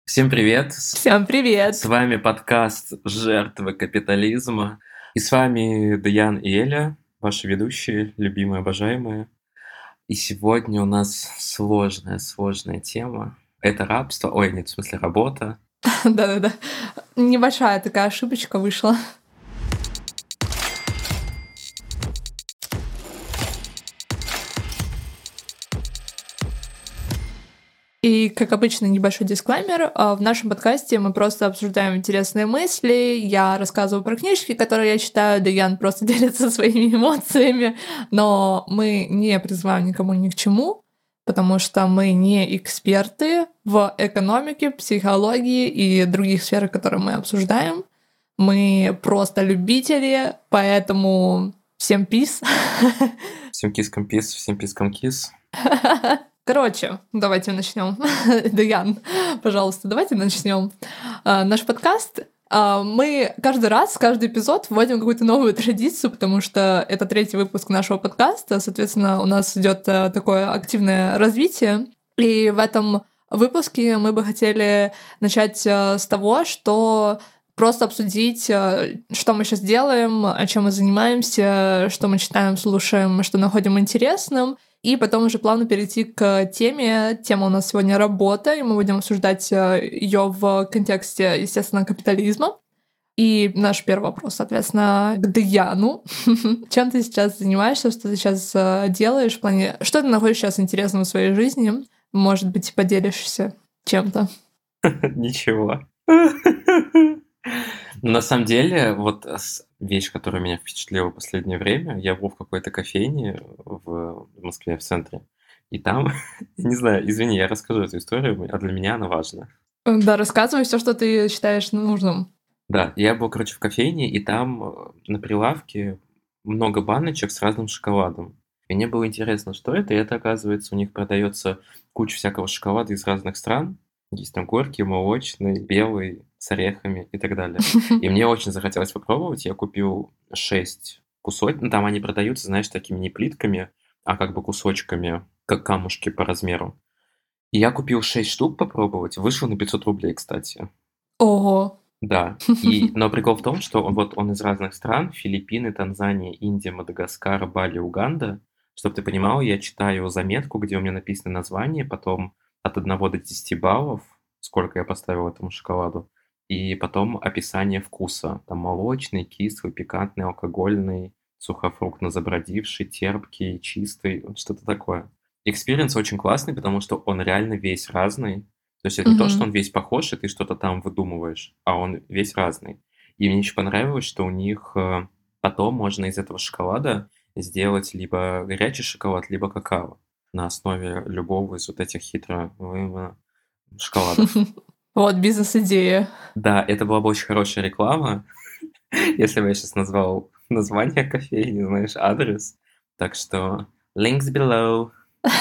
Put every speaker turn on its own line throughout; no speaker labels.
Всем привет!
Всем
С
привет!
вами подкаст «Жертвы капитализма». И с вами Даян и Эля, ваши ведущие, любимые, обожаемые. И сегодня у нас сложная тема. Это рабство. Ой, нет, в смысле работа.
Да-да-да. Небольшая такая ошибочка вышла. И, как обычно, небольшой дисклеймер. В нашем подкасте мы просто обсуждаем интересные мысли. Я рассказываю про книжки, которые я читаю, Даян просто делится своими эмоциями. Но мы не призываем никому ни к чему, потому что мы не эксперты в экономике, психологии и других сферах, которые мы обсуждаем. Мы просто любители, поэтому всем пис.
Всем кискам пис, всем пискам кис.
Короче, давайте начнем. Даян, пожалуйста, давайте начнем. Наш подкаст. Мы каждый раз, каждый эпизод вводим какую-то новую традицию, потому что это 3-й выпуск нашего подкаста. Соответственно, у нас идет такое активное развитие. И в этом выпуске мы бы хотели начать с того, что просто обсудить, что мы сейчас делаем, чем мы занимаемся, что мы читаем, слушаем, что находим интересным. И потом уже плавно перейти к теме. Тема у нас сегодня работа, и мы будем обсуждать ее в контексте, естественно, капитализма. И наш первый вопрос, соответственно, к Даяну. Чем ты сейчас занимаешься, что ты сейчас делаешь в плане... Что ты находишь сейчас интересным в своей жизни? Может быть, поделишься чем-то?
Ничего. На самом деле, вот вещь, которая меня впечатлила в последнее время, я был в какой-то кофейне в Москве, в центре, и там, не знаю, извини, я расскажу эту историю, а для меня она важна.
Да, рассказывай все, что ты считаешь нужным.
Да, я был, короче, в кофейне, и там на прилавке много баночек с разным шоколадом. И мне было интересно, что это, и это, оказывается, у них продается куча всякого шоколада из разных стран. Есть там горький, молочный, белый, с орехами и так далее. И мне очень захотелось попробовать. Я купил 6 кусочков. Ну, там они продаются, знаешь, такими не плитками, а как бы кусочками, как камушки по размеру. И я купил 6 штук попробовать. Вышел на 500 рублей, кстати.
Ого.
Да. Но прикол в том, что он из разных стран. Филиппины, Танзания, Индия, Мадагаскар, Бали, Уганда. Чтобы ты понимал, я читаю заметку, где у меня написано название, потом от 1 до 10 баллов, сколько я поставил этому шоколаду, и потом описание вкуса. Там молочный, кислый, пикантный, алкогольный, сухофруктно забродивший, терпкий, чистый, вот что-то такое. Экспириенс очень классный, потому что он реально весь разный. То есть это не то, что он весь похож, и ты что-то там выдумываешь, а он весь разный. И мне еще понравилось, что у них потом можно из этого шоколада сделать либо горячий шоколад, либо какао на основе любого из вот этих хитро шоколадов.
Вот бизнес-идея.
Да, это была бы очень хорошая реклама, если бы я сейчас назвал название кофейни, знаешь, адрес. Так что links below.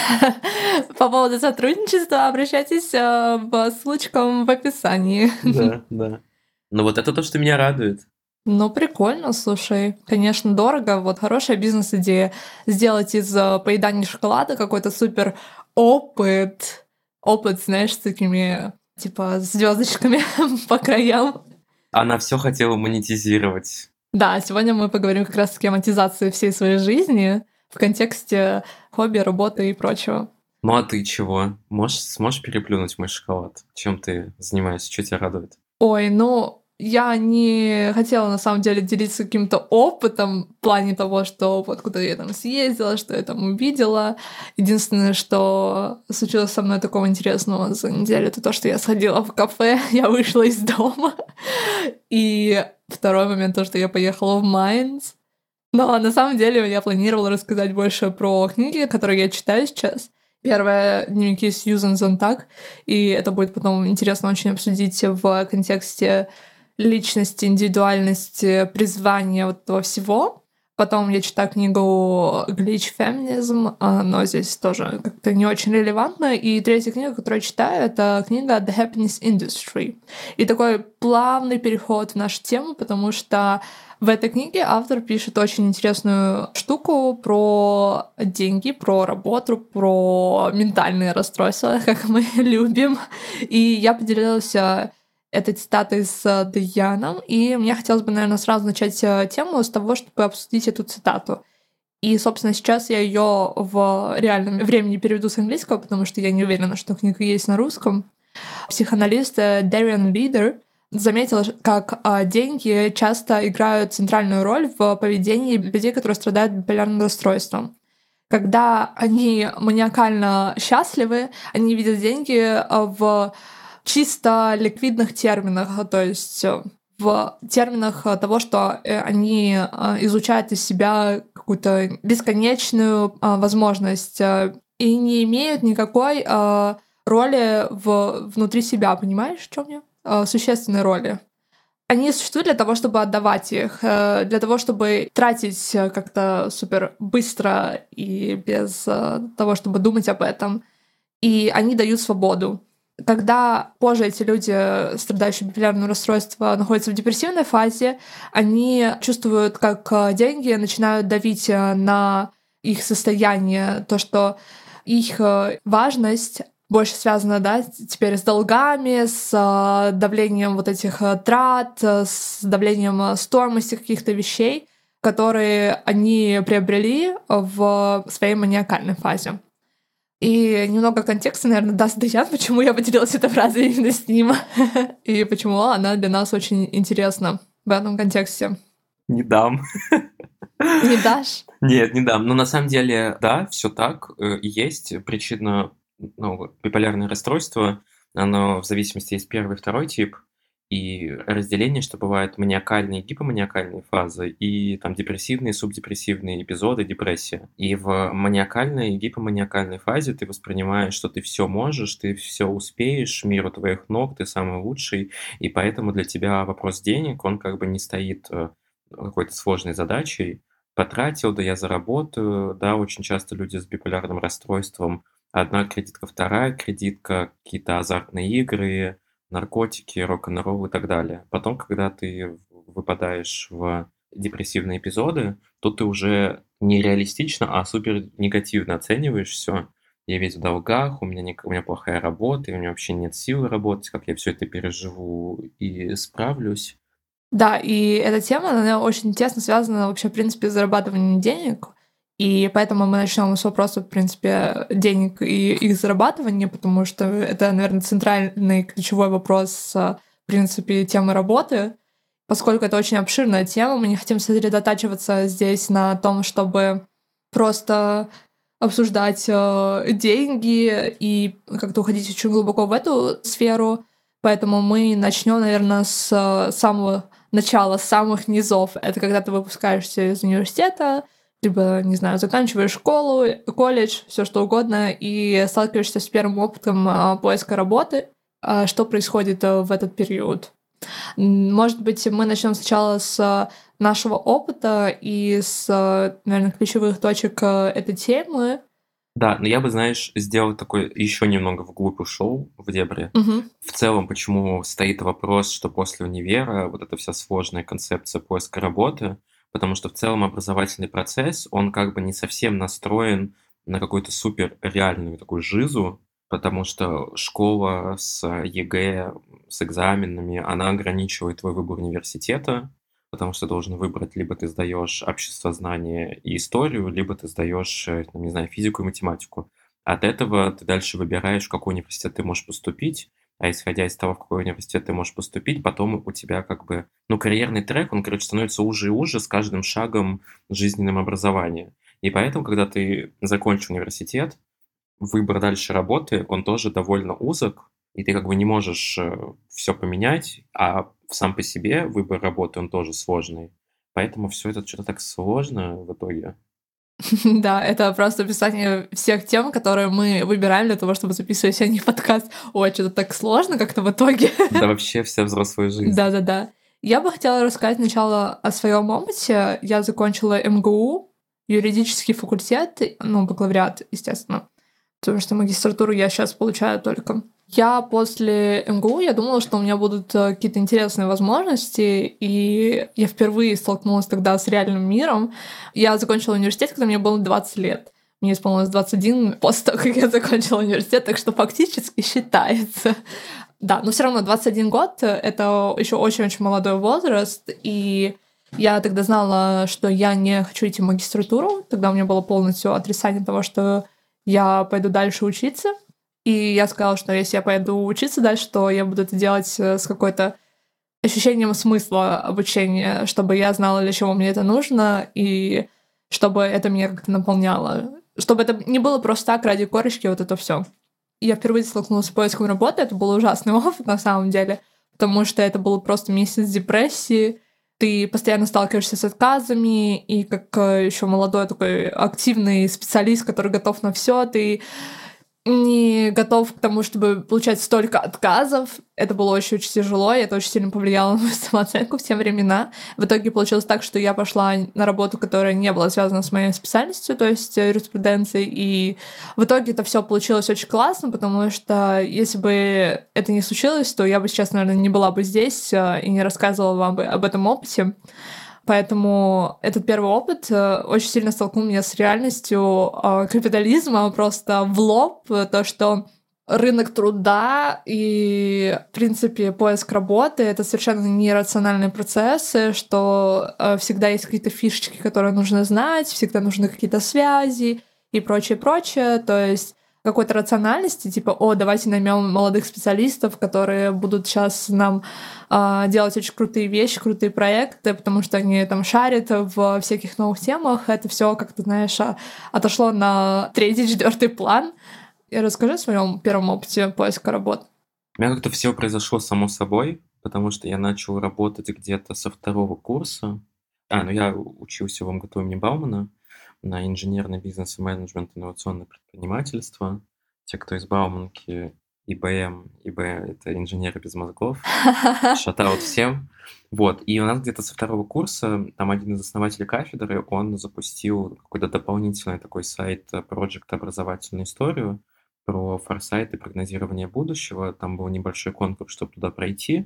По поводу сотрудничества обращайтесь по ссылочкам в описании.
Да, да. Ну вот это то, что меня радует.
Ну, прикольно, слушай. Конечно, дорого. Вот хорошая бизнес-идея. Сделать из поедания шоколада какой-то супер опыт. Опыт, знаешь, с такими, типа, звездочками по краям.
Она все хотела монетизировать.
Да, сегодня мы поговорим как раз-таки о монетизации всей своей жизни в контексте хобби, работы и прочего.
Ну а ты чего? Сможешь переплюнуть мой шоколад? Чем ты занимаешься? Что тебя радует?
Ой, ну, я не хотела на самом деле делиться каким-то опытом в плане того, что вот куда я там съездила, что я там увидела. Единственное, что случилось со мной такого интересного за неделю, это то, что я сходила в кафе, я вышла из дома. И второй момент, то, что я поехала в Майнц. Но на самом деле я планировала рассказать больше про книги, которые я читаю сейчас. Первое — дневники Сьюзан Зонтаг, и это будет потом интересно очень обсудить в контексте личности, индивидуальности, призвания вот этого всего. Потом я читаю книгу «Glitch Feminism», но здесь тоже как-то не очень релевантно. И третья книга, которую я читаю, это книга «The Happiness Industry». И такой плавный переход в нашу тему, потому что в этой книге автор пишет очень интересную штуку про деньги, про работу, про ментальные расстройства, как мы любим. И я поделилась этой цитатой с Даяном, и мне хотелось бы, наверное, сразу начать тему с того, чтобы обсудить эту цитату. И, собственно, сейчас я ее в реальном времени переведу с английского, потому что я не уверена, что книга есть на русском. Психоаналист Дариан Лидер заметил, как деньги часто играют центральную роль в поведении людей, которые страдают биполярным расстройством. Когда они маниакально счастливы, они видят деньги в чисто ликвидных терминах, то есть в терминах того, что они изучают из себя какую-то бесконечную возможность и не имеют никакой роли внутри себя, понимаешь, в чем я? Существенной роли. Они существуют для того, чтобы отдавать их, для того, чтобы тратить как-то супер быстро и без того, чтобы думать об этом. И они дают свободу. Когда позже эти люди, страдающие биполярным расстройством, находятся в депрессивной фазе, они чувствуют, как деньги начинают давить на их состояние, то, что их важность больше связана, да, теперь с долгами, с давлением вот этих трат, с давлением стоимости каких-то вещей, которые они приобрели в своей маниакальной фазе. И немного контекста, наверное, даст Даян, почему я поделилась этой фразой именно с ним, и почему она для нас очень интересна в этом контексте.
Не дам.
Не дашь?
Нет, не дам. Но на самом деле, да, все так. Есть причина, биполярное расстройство, оно в зависимости есть первый и второй тип, и разделение, что бывают маниакальные и гипоманиакальные фазы, и там депрессивные, субдепрессивные эпизоды, депрессия. И в маниакальной и гипоманиакальной фазе ты воспринимаешь, что ты все можешь, ты все успеешь, мир у твоих ног, ты самый лучший, и поэтому для тебя вопрос денег, он как бы не стоит какой-то сложной задачей. Потратил, да я заработаю, да, очень часто люди с биполярным расстройством, одна кредитка, вторая кредитка, какие-то азартные игры, наркотики, рок-н-ролл и так далее. Потом, когда ты выпадаешь в депрессивные эпизоды, то ты уже не реалистично, а супер негативно оцениваешь все. Я весь в долгах, у меня плохая работа, и у меня вообще нет силы работать, как я все это переживу и справлюсь.
Да, и эта тема, она очень тесно связана вообще, в принципе, с зарабатыванием денег. И поэтому мы начнем с вопроса, в принципе, денег и их зарабатывания, потому что это, наверное, центральный ключевой вопрос, в принципе, темы работы. Поскольку это очень обширная тема, мы не хотим сосредотачиваться здесь на том, чтобы просто обсуждать деньги и как-то уходить очень глубоко в эту сферу. Поэтому мы начнем, наверное, с самого начала, с самых низов. Это когда ты выпускаешься из университета, либо, не знаю, заканчиваешь школу, колледж, все что угодно, и сталкиваешься с первым опытом поиска работы, что происходит в этот период. Может быть, мы начнем сначала с нашего опыта и с, наверное, ключевых точек этой темы.
Да, но я бы, знаешь, сделал такой еще немного вглубь ушел в дебри.
Мгм.
В целом, почему стоит вопрос, что после универа вот эта вся сложная концепция поиска работы, потому что в целом образовательный процесс, он как бы не совсем настроен на какую-то супер реальную такую жизу, потому что школа с ЕГЭ, с экзаменами, она ограничивает твой выбор университета, потому что должен выбрать, либо ты сдаешь обществознание и историю, либо ты сдаешь, там, не знаю, физику и математику. От этого ты дальше выбираешь, в какой университет ты можешь поступить, а исходя из того, в какой университет ты можешь поступить, потом у тебя как бы, карьерный трек, он, короче, становится уже и уже с каждым шагом жизненного образования. И поэтому, когда ты закончишь университет, выбор дальше работы, он тоже довольно узок, и ты как бы не можешь все поменять, а сам по себе выбор работы, он тоже сложный. Поэтому все это что-то так сложно в итоге.
Да, это просто описание всех тем, которые мы выбираем для того, чтобы записывать сегодня подкаст. Ой, что-то так сложно как-то в итоге.
Да вообще вся взрослая жизнь.
Да-да-да. Я бы хотела рассказать сначала о своем опыте. Я закончила МГУ, юридический факультет, ну, бакалавриат, естественно, потому что магистратуру я сейчас получаю только. Я после МГУ, я думала, что у меня будут какие-то интересные возможности, и я впервые столкнулась тогда с реальным миром. Я закончила университет, когда мне было 20 лет. Мне исполнилось 21 после того, как я закончила университет, так что фактически считается. Да, но все равно 21 год — это еще очень-очень молодой возраст, и я тогда знала, что я не хочу идти в магистратуру. Тогда у меня было полностью отрицание того, что я пойду дальше учиться. И я сказала, что если я пойду учиться дальше, то я буду это делать с какой-то ощущением смысла обучения, чтобы я знала, для чего мне это нужно, и чтобы это меня как-то наполняло. Чтобы это не было просто так ради корочки, вот это все. Я впервые столкнулась с поиском работы, это был ужасный опыт на самом деле, потому что это был просто месяц депрессии, ты постоянно сталкиваешься с отказами, и как еще молодой такой активный специалист, который готов на все, ты не готов к тому, чтобы получать столько отказов. Это было очень-очень тяжело, и это очень сильно повлияло на мою самооценку в те времена. В итоге получилось так, что я пошла на работу, которая не была связана с моей специальностью, то есть юриспруденцией, и в итоге это все получилось очень классно, потому что если бы это не случилось, то я бы сейчас, наверное, не была бы здесь и не рассказывала вам бы об этом опыте. Поэтому этот первый опыт очень сильно столкнул меня с реальностью капитализма просто в лоб. То, что рынок труда и, в принципе, поиск работы — это совершенно нерациональные процессы, что всегда есть какие-то фишечки, которые нужно знать, всегда нужны какие-то связи и прочее. То есть какой-то рациональности, типа, давайте наймем молодых специалистов, которые будут сейчас нам делать очень крутые вещи, крутые проекты, потому что они там шарят в всяких новых темах. Это все, как ты знаешь, отошло на 3-4 план. И расскажи о своем первом опыте поиска работы.
У меня как-то все произошло само собой, потому что я начал работать где-то со 2-го курса. Я учился в МГТУ имени Баумана на инженерный бизнес и менеджмент, инновационное предпринимательство. Те, кто из Бауманки, ИБМ, это инженеры без мозгов. Шатаут всем. Вот. И у нас где-то со 2-го курса там один из основателей кафедры, он запустил какой-то дополнительный такой сайт Project образовательную историю про форсайт и прогнозирование будущего. Там был небольшой конкурс, чтобы туда пройти.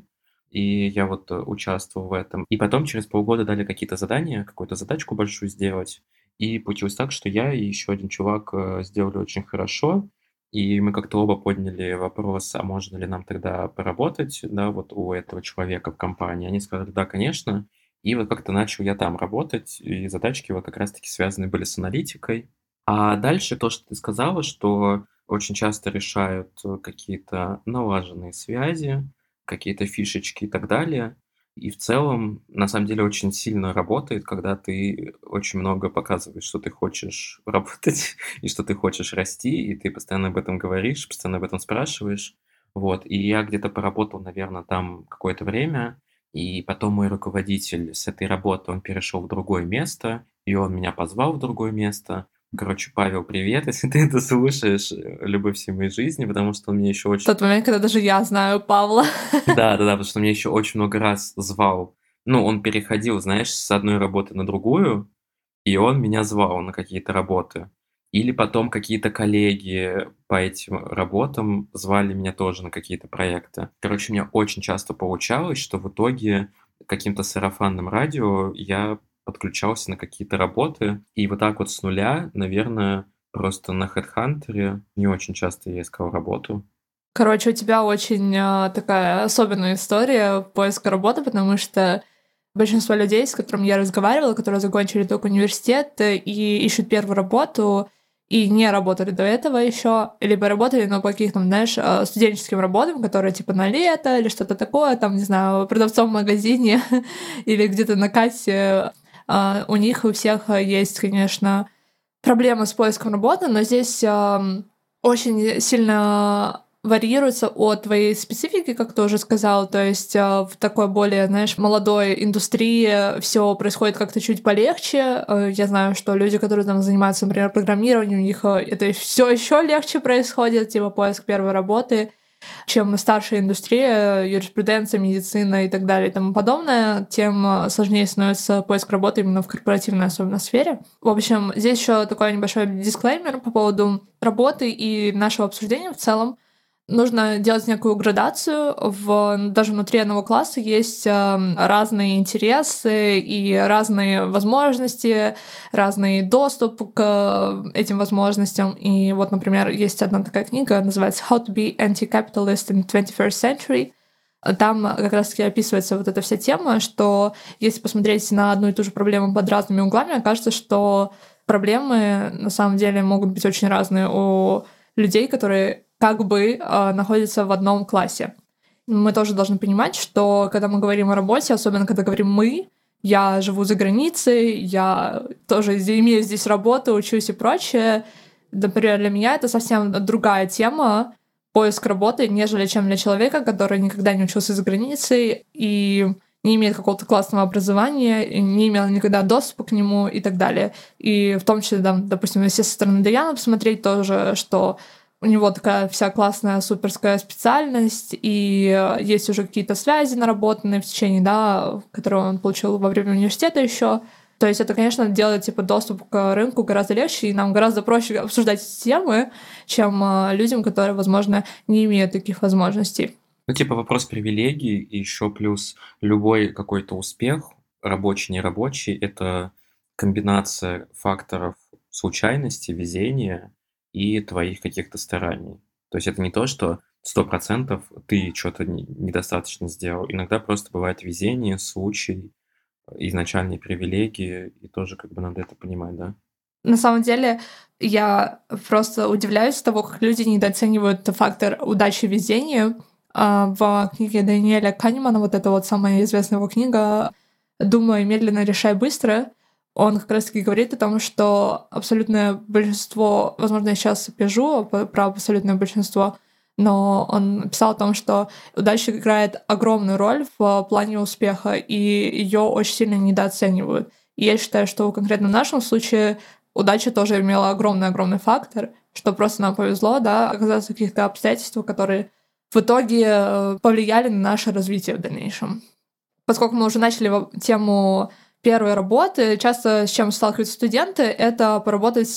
И я вот участвовал в этом. И потом через полгода дали какие-то задания, какую-то задачку большую сделать. И получилось так, что я и еще один чувак сделали очень хорошо. И мы как-то оба подняли вопрос, а можно ли нам тогда поработать, да, вот у этого человека в компании. Они сказали, да, конечно. И вот как-то начал я там работать, и задачки вот как раз-таки связаны были с аналитикой. А дальше то, что ты сказала, что очень часто решают какие-то налаженные связи, какие-то фишечки и так далее. И в целом, на самом деле, очень сильно работает, когда ты очень много показываешь, что ты хочешь работать и что ты хочешь расти, и ты постоянно об этом говоришь, постоянно об этом спрашиваешь. Вот. И я где-то поработал, наверное, там какое-то время, и потом мой руководитель с этой работы, он перешел в другое место, и он меня позвал в другое место. Короче, Павел, привет, если ты это слушаешь, любовь всей моей жизни, потому что он меня еще очень...
Тот момент, когда даже я знаю Павла.
Да, потому что он меня еще очень много раз звал. Ну, он переходил, знаешь, с одной работы на другую, и он меня звал на какие-то работы. Или потом какие-то коллеги по этим работам звали меня тоже на какие-то проекты. Короче, у меня очень часто получалось, что в итоге каким-то сарафанным радио я подключался на какие-то работы, и вот так вот с нуля, наверное, просто на HeadHunter не очень часто я искал работу.
Короче, у тебя очень такая особенная история поиска работы, потому что большинство людей, с которыми я разговаривала, которые закончили только университет и ищут первую работу, и не работали до этого еще, либо работали, но по каким-то, знаешь, студенческим работам, которые типа на лето или что-то такое, там, не знаю, продавцом в магазине или где-то на кассе. У них у всех есть, конечно, проблемы с поиском работы, но здесь очень сильно варьируется от твоей специфики, как ты уже сказал, то есть в такой более, знаешь, молодой индустрии все происходит как-то чуть полегче. Я знаю, что люди, которые там занимаются, например, программированием, у них это все еще легче происходит, типа поиск первой работы. Чем старше индустрия, юриспруденция, медицина и так далее и тому подобное, тем сложнее становится поиск работы именно в корпоративной особенно сфере. В общем, здесь еще такой небольшой дисклеймер по поводу работы и нашего обсуждения в целом. Нужно делать некую градацию. Даже внутри одного класса есть разные интересы и разные возможности, разный доступ к этим возможностям. И вот, например, есть одна такая книга, называется «How to be anti-capitalist in 21st century». Там как раз-таки описывается вот эта вся тема, что если посмотреть на одну и ту же проблему под разными углами, окажется, что проблемы на самом деле могут быть очень разные у людей, которые как бы находятся в одном классе. Мы тоже должны понимать, что когда мы говорим о работе, особенно когда говорим «мы», я живу за границей, я тоже имею здесь работу, учусь и прочее. Например, для меня это совсем другая тема, поиск работы, нежели чем для человека, который никогда не учился за границей и не имеет какого-то классного образования, не имел никогда доступа к нему и так далее. И в том числе, допустим, если со стороны Даяна посмотреть тоже, что у него такая вся классная суперская специальность, и есть уже какие-то связи наработанные в течение, которые он получил во время университета еще. То есть это, конечно, делает доступ к рынку гораздо легче, и нам гораздо проще обсуждать эти темы, чем людям, которые, возможно, не имеют таких возможностей.
Вопрос привилегий, и еще плюс любой какой-то успех, рабочий, нерабочий, это комбинация факторов случайности, везения и твоих каких-то стараний. То есть это не то, что 100% ты что-то недостаточно сделал. Иногда просто бывает везение, случай, изначальные привилегии, и тоже надо это понимать, да?
На самом деле, я просто удивляюсь того, как люди недооценивают фактор удачи и везения. В книге Даниэля Канемана, вот эта вот самая известная его книга «Думай медленно, решай быстро», он как раз-таки говорит о том, что абсолютное большинство, возможно, я сейчас пижу про абсолютное большинство, но он писал о том, что удача играет огромную роль в плане успеха, и ее очень сильно недооценивают. И я считаю, что конкретно в нашем случае удача тоже имела огромный-огромный фактор, что просто нам повезло, оказаться в каких-то обстоятельствах, которые в итоге повлияли на наше развитие в дальнейшем. Поскольку мы уже начали тему первой работы, часто с чем сталкиваются студенты, это поработать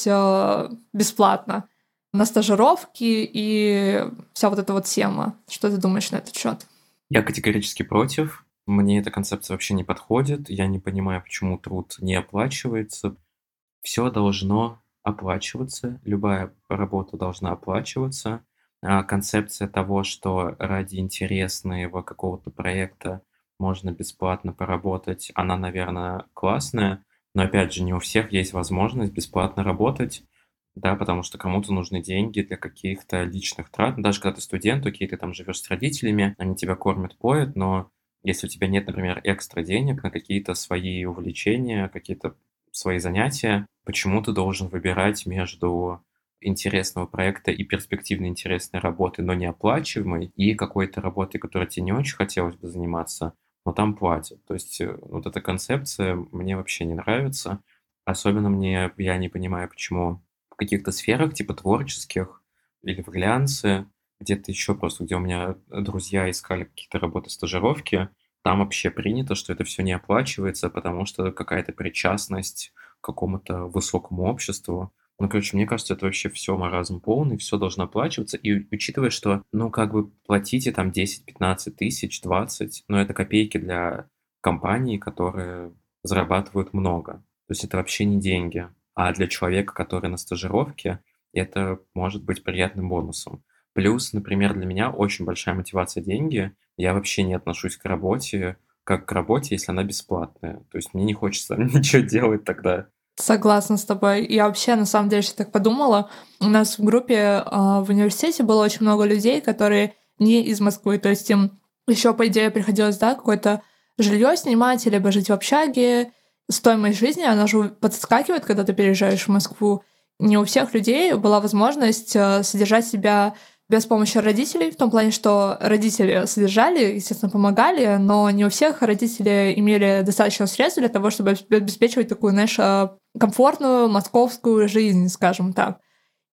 бесплатно на стажировке и вся вот эта вот тема. Что ты думаешь на этот счет?
Я категорически против. Мне эта концепция вообще не подходит. Я не понимаю, почему труд не оплачивается. Все должно оплачиваться, любая работа должна оплачиваться. Концепция того, что ради интересного какого-то проекта можно бесплатно поработать, она, наверное, классная, но, опять же, не у всех есть возможность бесплатно работать, потому что кому-то нужны деньги для каких-то личных трат. Даже когда ты студент, окей, ты там живешь с родителями, они тебя кормят, поят, но если у тебя нет, например, экстра денег на какие-то свои увлечения, какие-то свои занятия, почему ты должен выбирать между интересного проекта и перспективно интересной работы, но не оплачиваемой, и какой-то работой, которой тебе не очень хотелось бы заниматься, но там платят. То есть вот эта концепция мне вообще не нравится. Особенно я не понимаю, почему в каких-то сферах, типа творческих или в глянце, где-то еще просто, где у меня друзья искали какие-то работы, стажировки, там вообще принято, что это все не оплачивается, потому что какая-то причастность к какому-то высокому обществу. Мне кажется, это вообще все маразм полный, все должно оплачиваться. И учитывая, что, платите там 10-15 тысяч, 20, но это копейки для компаний, которые зарабатывают много. То есть это вообще не деньги. А для человека, который на стажировке, это может быть приятным бонусом. Плюс, например, для меня очень большая мотивация деньги. Я вообще не отношусь к работе как к работе, если она бесплатная. То есть мне не хочется ничего делать тогда.
Согласна с тобой. Я вообще, на самом деле, так подумала. У нас в группе в университете было очень много людей, которые не из Москвы. То есть им еще, по идее, приходилось какое-то жилье снимать, либо жить в общаге. Стоимость жизни, она же подскакивает, когда ты переезжаешь в Москву. Не у всех людей была возможность содержать себя без помощи родителей, в том плане, что родители содержали, естественно, помогали, но не у всех родители имели достаточно средств для того, чтобы обеспечивать такую, комфортную московскую жизнь, скажем так.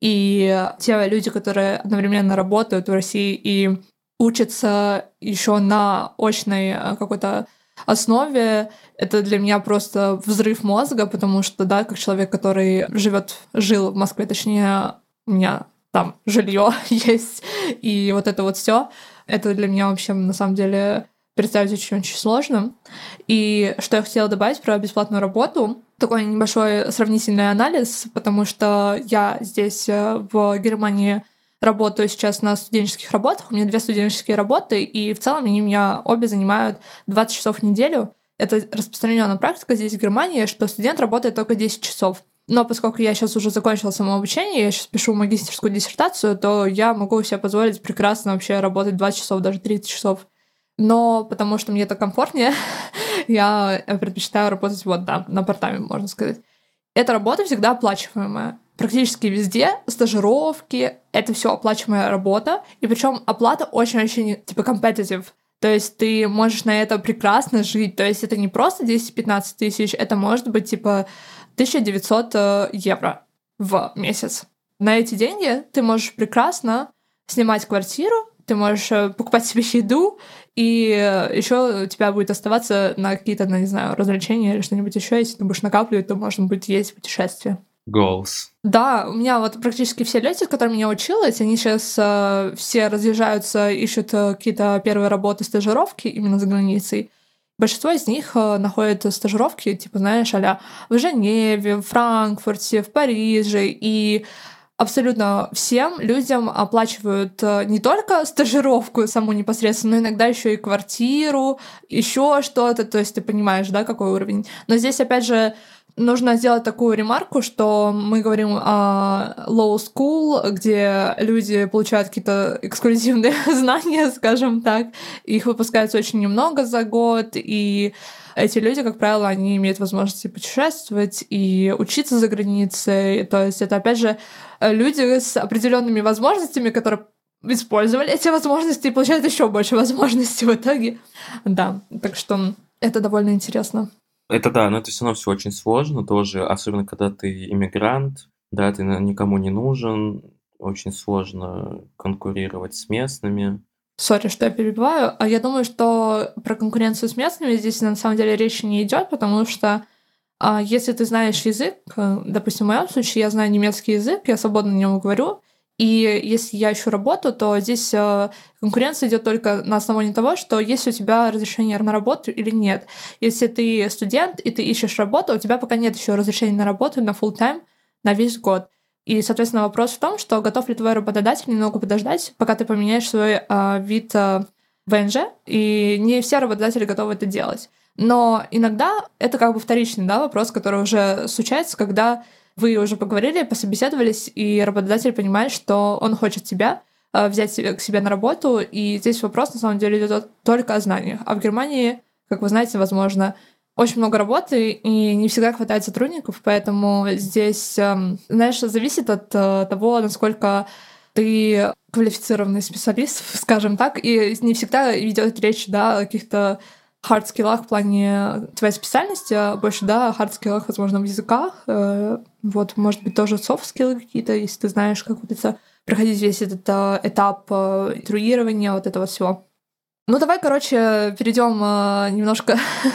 И те люди, которые одновременно работают в России и учатся еще на очной какой-то основе, это для меня просто взрыв мозга, потому что, да, как человек, который жил в Москве, точнее, у меня там жилье есть, и вот это вот все, это для меня вообще на самом деле представить очень-очень сложно. И что я хотела добавить про бесплатную работу, такой небольшой сравнительный анализ, потому что я здесь в Германии работаю сейчас на студенческих работах. У меня 2 студенческие работы, и в целом они у меня обе занимают 20 часов в неделю. Это распространенная практика здесь, в Германии, что студент работает только 10 часов. Но поскольку я сейчас уже закончила самообучение, я сейчас пишу магистерскую диссертацию, то я могу себе позволить прекрасно вообще работать 20 часов, даже 30 часов. Но потому что мне это комфортнее, я предпочитаю работать вот, да, на part-time, можно сказать. Эта работа всегда оплачиваемая. Практически везде стажировки — это все оплачиваемая работа, и причем оплата очень-очень, типа, competitive. То есть ты можешь на это прекрасно жить. То есть это не просто 10-15 тысяч, это может быть, типа, 1900 евро в месяц. На эти деньги ты можешь прекрасно снимать квартиру, ты можешь покупать себе еду, и еще у тебя будет оставаться на какие-то, не знаю, развлечения или что-нибудь еще. Если ты будешь накапливать, то можно будет ездить в путешествие.
Goals.
Да, у меня вот практически все люди, с которыми я училась, они сейчас все разъезжаются, ищут какие-то первые работы, стажировки именно за границей. Большинство из них находят стажировки, типа, знаешь, а-ля в Женеве, в Франкфурте, в Париже, и абсолютно всем людям оплачивают не только стажировку саму непосредственно, но иногда еще и квартиру, еще что-то, то есть ты понимаешь, да, какой уровень. Но здесь, опять же, нужно сделать такую ремарку, что мы говорим о low school, где люди получают какие-то эксклюзивные знания, скажем так. Их выпускается очень немного за год, и эти люди, как правило, они имеют возможность путешествовать и учиться за границей. То есть это, опять же, люди с определенными возможностями, которые использовали эти возможности и получают еще больше возможностей в итоге. Да, так что это довольно интересно.
Это да, но это все равно все очень сложно тоже, особенно когда ты иммигрант, да, ты никому не нужен, очень сложно конкурировать с местными.
Сори, что я перебиваю. А я думаю, что про конкуренцию с местными здесь на самом деле речи не идет, потому что если ты знаешь язык, допустим, в моем случае я знаю немецкий язык, я свободно на нем говорю, и если я ищу работу, то здесь конкуренция идет только на основании того, что есть у тебя разрешение на работу или нет. Если ты студент и ты ищешь работу, у тебя пока нет еще разрешения на работу на full time на весь год. И, соответственно, вопрос в том, что готов ли твой работодатель немного подождать, пока ты поменяешь свой вид ВНЖ, и не все работодатели готовы это делать. Но иногда это как бы вторичный, да, вопрос, который уже случается, когда вы уже поговорили, пособеседовались, и работодатель понимает, что он хочет тебя взять к себе на работу, и здесь вопрос, на самом деле, идет только о знаниях. А в Германии, как вы знаете, возможно, очень много работы, и не всегда хватает сотрудников, поэтому здесь, знаешь, зависит от того, насколько ты квалифицированный специалист, скажем так, и не всегда идет речь, да, о каких-то хард-скиллах в плане твоей специальности, а больше, да, хард-скиллах, возможно, в языках. Вот, может быть, тоже софт-скиллы какие-то, если ты знаешь, как вот это проходить весь этот этап инструирования, вот этого всего. Ну, давай, короче, перейдем немножко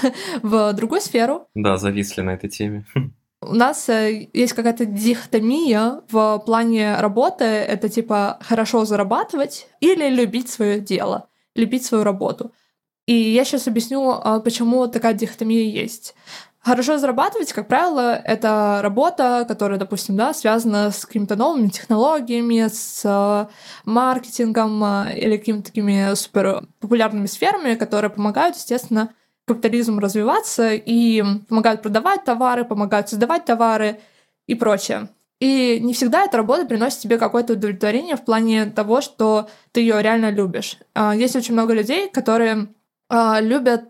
в другую сферу.
Да, зависли на этой теме.
У нас есть какая-то дихотомия в плане работы. Это типа хорошо зарабатывать или любить свое дело, любить свою работу. И я сейчас объясню, почему такая дихотомия есть. Хорошо зарабатывать, как правило, это работа, которая, допустим, да, связана с какими-то новыми технологиями, с маркетингом или какими-то такими супер популярными сферами, которые помогают, естественно, капитализму развиваться и помогают продавать товары, помогают создавать товары и прочее. И не всегда эта работа приносит тебе какое-то удовлетворение в плане того, что ты ее реально любишь. Есть очень много людей, которые любят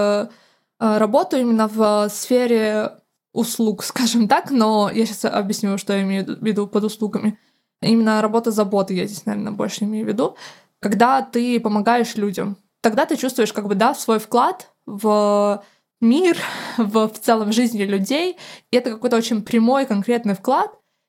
работу именно в сфере услуг, скажем так, но я сейчас объясню, что я имею в виду под услугами. Именно работа заботы я здесь, наверное, больше имею в виду. Когда ты помогаешь людям, тогда ты чувствуешь как бы, да, свой вклад в мир, в целом жизни людей, и это какой-то очень прямой, конкретный вклад,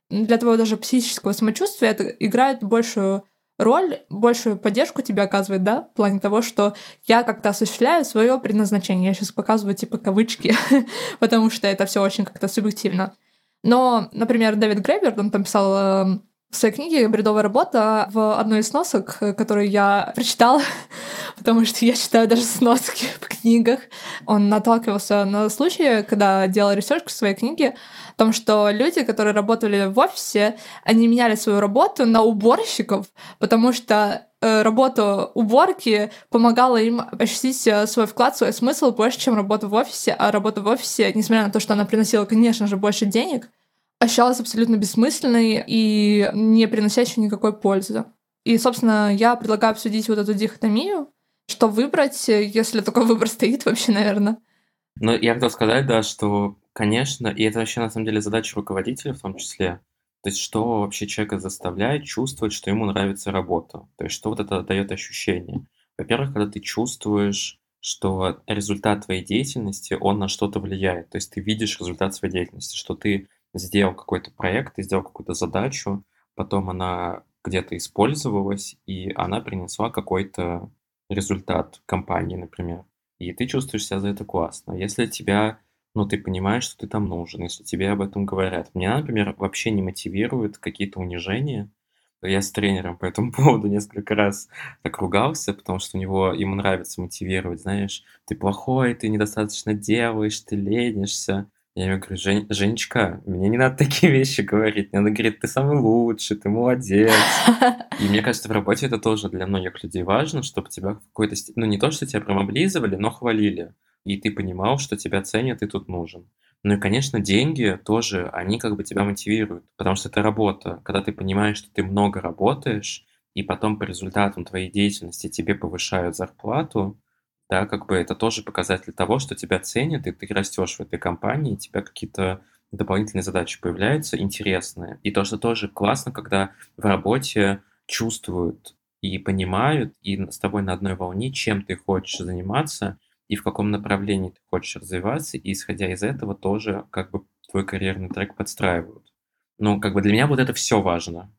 для твоего даже психического самочувствия это играет большую роль, большую поддержку тебе оказывает, да, в плане того, что я как-то осуществляю свое предназначение. Я сейчас показываю типа кавычки, потому что это все очень как-то субъективно. Но, например, Дэвид Грейберт, он там писал в своей книге «Бредовая работа» в одной из сносок, которую я прочитала, потому что я читаю даже сноски в книгах. Он наталкивался на случаи, когда делал ресерч к своей книге, о том, что люди, которые работали в офисе, они меняли свою работу на уборщиков, потому что работа уборки помогала им ощутить свой вклад, свой смысл больше, чем работа в офисе. А работа в офисе, несмотря на то, что она приносила, конечно же, больше денег, ощущалась абсолютно бессмысленной и не приносящей никакой пользы. И, собственно, я предлагаю обсудить вот эту дихотомию, что выбрать, если такой выбор стоит вообще, наверное.
Ну, я хотел сказать, да, что, конечно, и это вообще на самом деле задача руководителя в том числе. То есть, что вообще человека заставляет чувствовать, что ему нравится работа? То есть, что вот это дает ощущение? Во-первых, когда ты чувствуешь, что результат твоей деятельности, он на что-то влияет. То есть, ты видишь результат своей деятельности, что ты сделал какой-то проект, ты сделал какую-то задачу, потом она где-то использовалась, и она принесла какой-то результат компании, например. И ты чувствуешь себя за это классно. Если тебя, ну, ты понимаешь, что ты там нужен, если тебе об этом говорят. Меня, например, вообще не мотивируют какие-то унижения. Я с тренером по этому поводу несколько раз так ругался, потому что ему нравится мотивировать, знаешь, ты плохой, ты недостаточно делаешь, ты ленишься. Я ему говорю: Женечка, мне не надо такие вещи говорить. Мне надо говорить: ты самый лучший, ты молодец. И мне кажется, в работе это тоже для многих людей важно, чтобы тебя в какой-то ну, не то, что тебя прям облизывали, но хвалили. И ты понимал, что тебя ценят и тут нужен. Ну и, конечно, деньги тоже, они как бы тебя мотивируют, потому что это работа. Когда ты понимаешь, что ты много работаешь, и потом по результатам твоей деятельности тебе повышают зарплату, да, как бы это тоже показатель того, что тебя ценят, и ты растешь в этой компании, и у тебя какие-то дополнительные задачи появляются интересные. И то, что тоже классно, когда в работе чувствуют и понимают, и с тобой на одной волне, чем ты хочешь заниматься, и в каком направлении ты хочешь развиваться, и исходя из этого тоже как бы твой карьерный трек подстраивают. Ну, как бы для меня вот это все важно.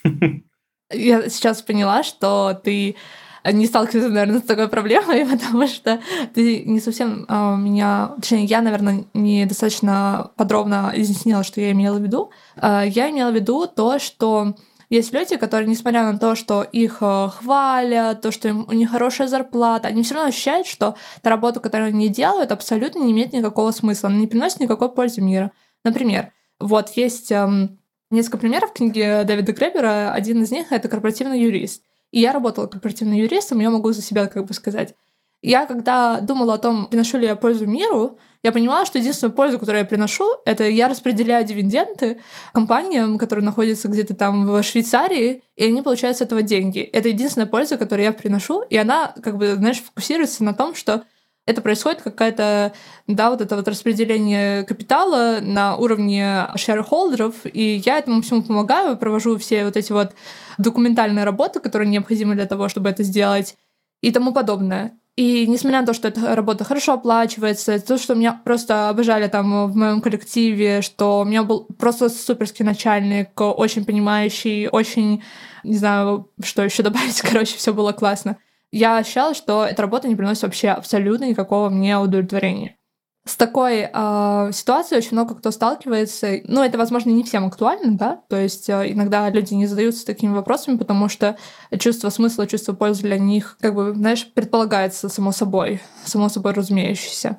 Я сейчас поняла, что ты не сталкиваешься, наверное, с такой проблемой, потому что ты не совсем меня... Точнее, я, наверное, недостаточно подробно изъяснила, что я имела в виду. Я имела в виду то, что есть люди, которые, несмотря на то, что их хвалят, то, что у них хорошая зарплата, они все равно ощущают, что та работа, которую они делают, абсолютно не имеет никакого смысла, она не приносит никакой пользы миру. Например, вот есть несколько примеров в книге Дэвида Гребера. Один из них — это корпоративный юрист. И я работала корпоративным юристом, я могу за себя как бы сказать. Я, когда думала о том, приношу ли я пользу миру, я понимала, что единственную пользу, которую я приношу, это я распределяю дивиденды компаниям, которые находятся где-то там в Швейцарии, и они получают с этого деньги. Это единственная польза, которую я приношу, и она, как бы, знаешь, фокусируется на том, что это происходит какая-то, да, вот это вот распределение капитала на уровне шерхолдеров, и я этому всему помогаю, провожу все вот эти вот документальные работы, которые необходимы для того, чтобы это сделать, и тому подобное. И несмотря на то, что эта работа хорошо оплачивается, то, что меня просто обожали там в моем коллективе, что у меня был просто суперский начальник, очень понимающий, очень, не знаю, что еще добавить, короче, все было классно. Я ощущала, что эта работа не приносит вообще абсолютно никакого мне удовлетворения. С такой ситуацией очень много кто сталкивается. Ну, это, возможно, не всем актуально, да? То есть иногда люди не задаются такими вопросами, потому что чувство смысла, чувство пользы для них, как бы, знаешь, предполагается само собой разумеющееся.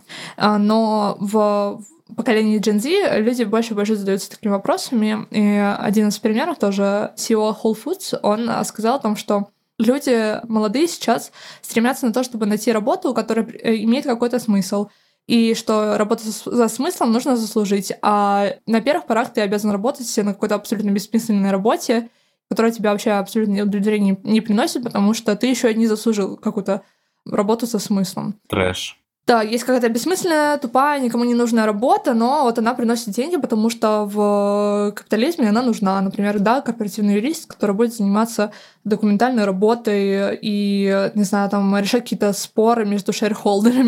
Но в поколении Gen Z люди больше и больше задаются такими вопросами. И один из примеров тоже CEO Whole Foods, он сказал о том, что люди молодые сейчас стремятся на то, чтобы найти работу, которая имеет какой-то смысл, и что работу за смыслом нужно заслужить. А на первых порах ты обязан работать на какой-то абсолютно бессмысленной работе, которая тебя вообще абсолютно удовлетворение не приносит, потому что ты еще не заслужил какую-то работу со смыслом.
Трэш.
Да, есть какая-то бессмысленная, тупая, никому не нужная работа, но вот она приносит деньги, потому что в капитализме она нужна. Например, да, корпоративный юрист, который будет заниматься документальной работой и, не знаю, там, решать какие-то споры между шерхолдерами.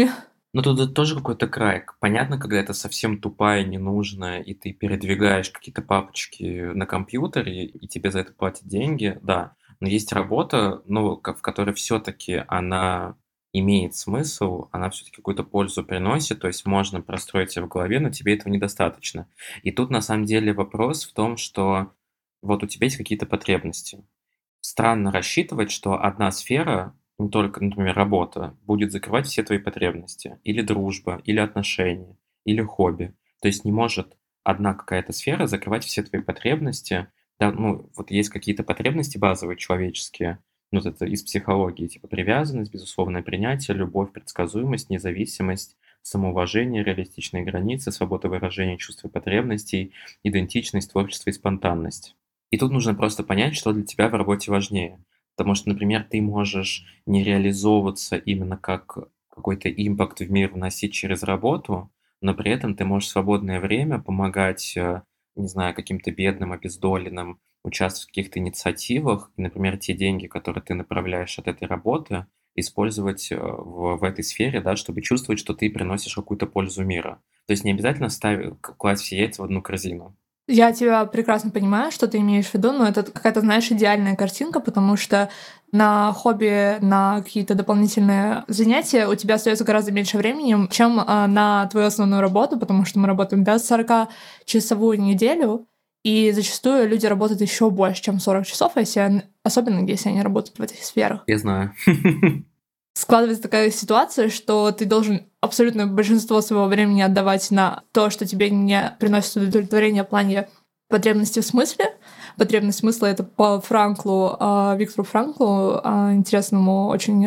Но тут тоже какой-то край. Понятно, когда это совсем тупая, ненужная, и ты передвигаешь какие-то папочки на компьютере, и тебе за это платят деньги, да. Но есть работа, ну, в которой все-таки она имеет смысл, она все-таки какую-то пользу приносит, то есть можно простроить себе в голове, но тебе этого недостаточно. И тут на самом деле вопрос в том, что вот у тебя есть какие-то потребности. Странно рассчитывать, что одна сфера, не только, например, работа, будет закрывать все твои потребности. Или дружба, или отношения, или хобби. То есть не может одна какая-то сфера закрывать все твои потребности. Да, ну, вот есть какие-то потребности базовые, человеческие, ну, вот это из психологии, типа привязанность, безусловное принятие, любовь, предсказуемость, независимость, самоуважение, реалистичные границы, свобода выражения чувств и потребностей, идентичность, творчество и спонтанность. И тут нужно просто понять, что для тебя в работе важнее. Потому что, например, ты можешь не реализовываться именно как какой-то импакт в мир вносить через работу, но при этом ты можешь в свободное время помогать, не знаю, каким-то бедным, обездоленным, участвовать в каких-то инициативах, и, например, те деньги, которые ты направляешь от этой работы, использовать в этой сфере, да, чтобы чувствовать, что ты приносишь какую-то пользу мира. То есть не обязательно класть все яйца в одну корзину.
Я тебя прекрасно понимаю, что ты имеешь в виду, но это какая-то, знаешь, идеальная картинка, потому что на хобби, на какие-то дополнительные занятия у тебя остается гораздо меньше времени, чем на твою основную работу, потому что мы работаем, да, 40-часовую неделю, и зачастую люди работают еще больше, чем 40 часов, особенно если они работают в этих сферах.
Я знаю.
Складывается такая ситуация, что ты должен абсолютно большинство своего времени отдавать на то, что тебе не приносит удовлетворение в плане потребности в смысле. Потребность смысла — это по Франклу, Виктору Франклу, интересному очень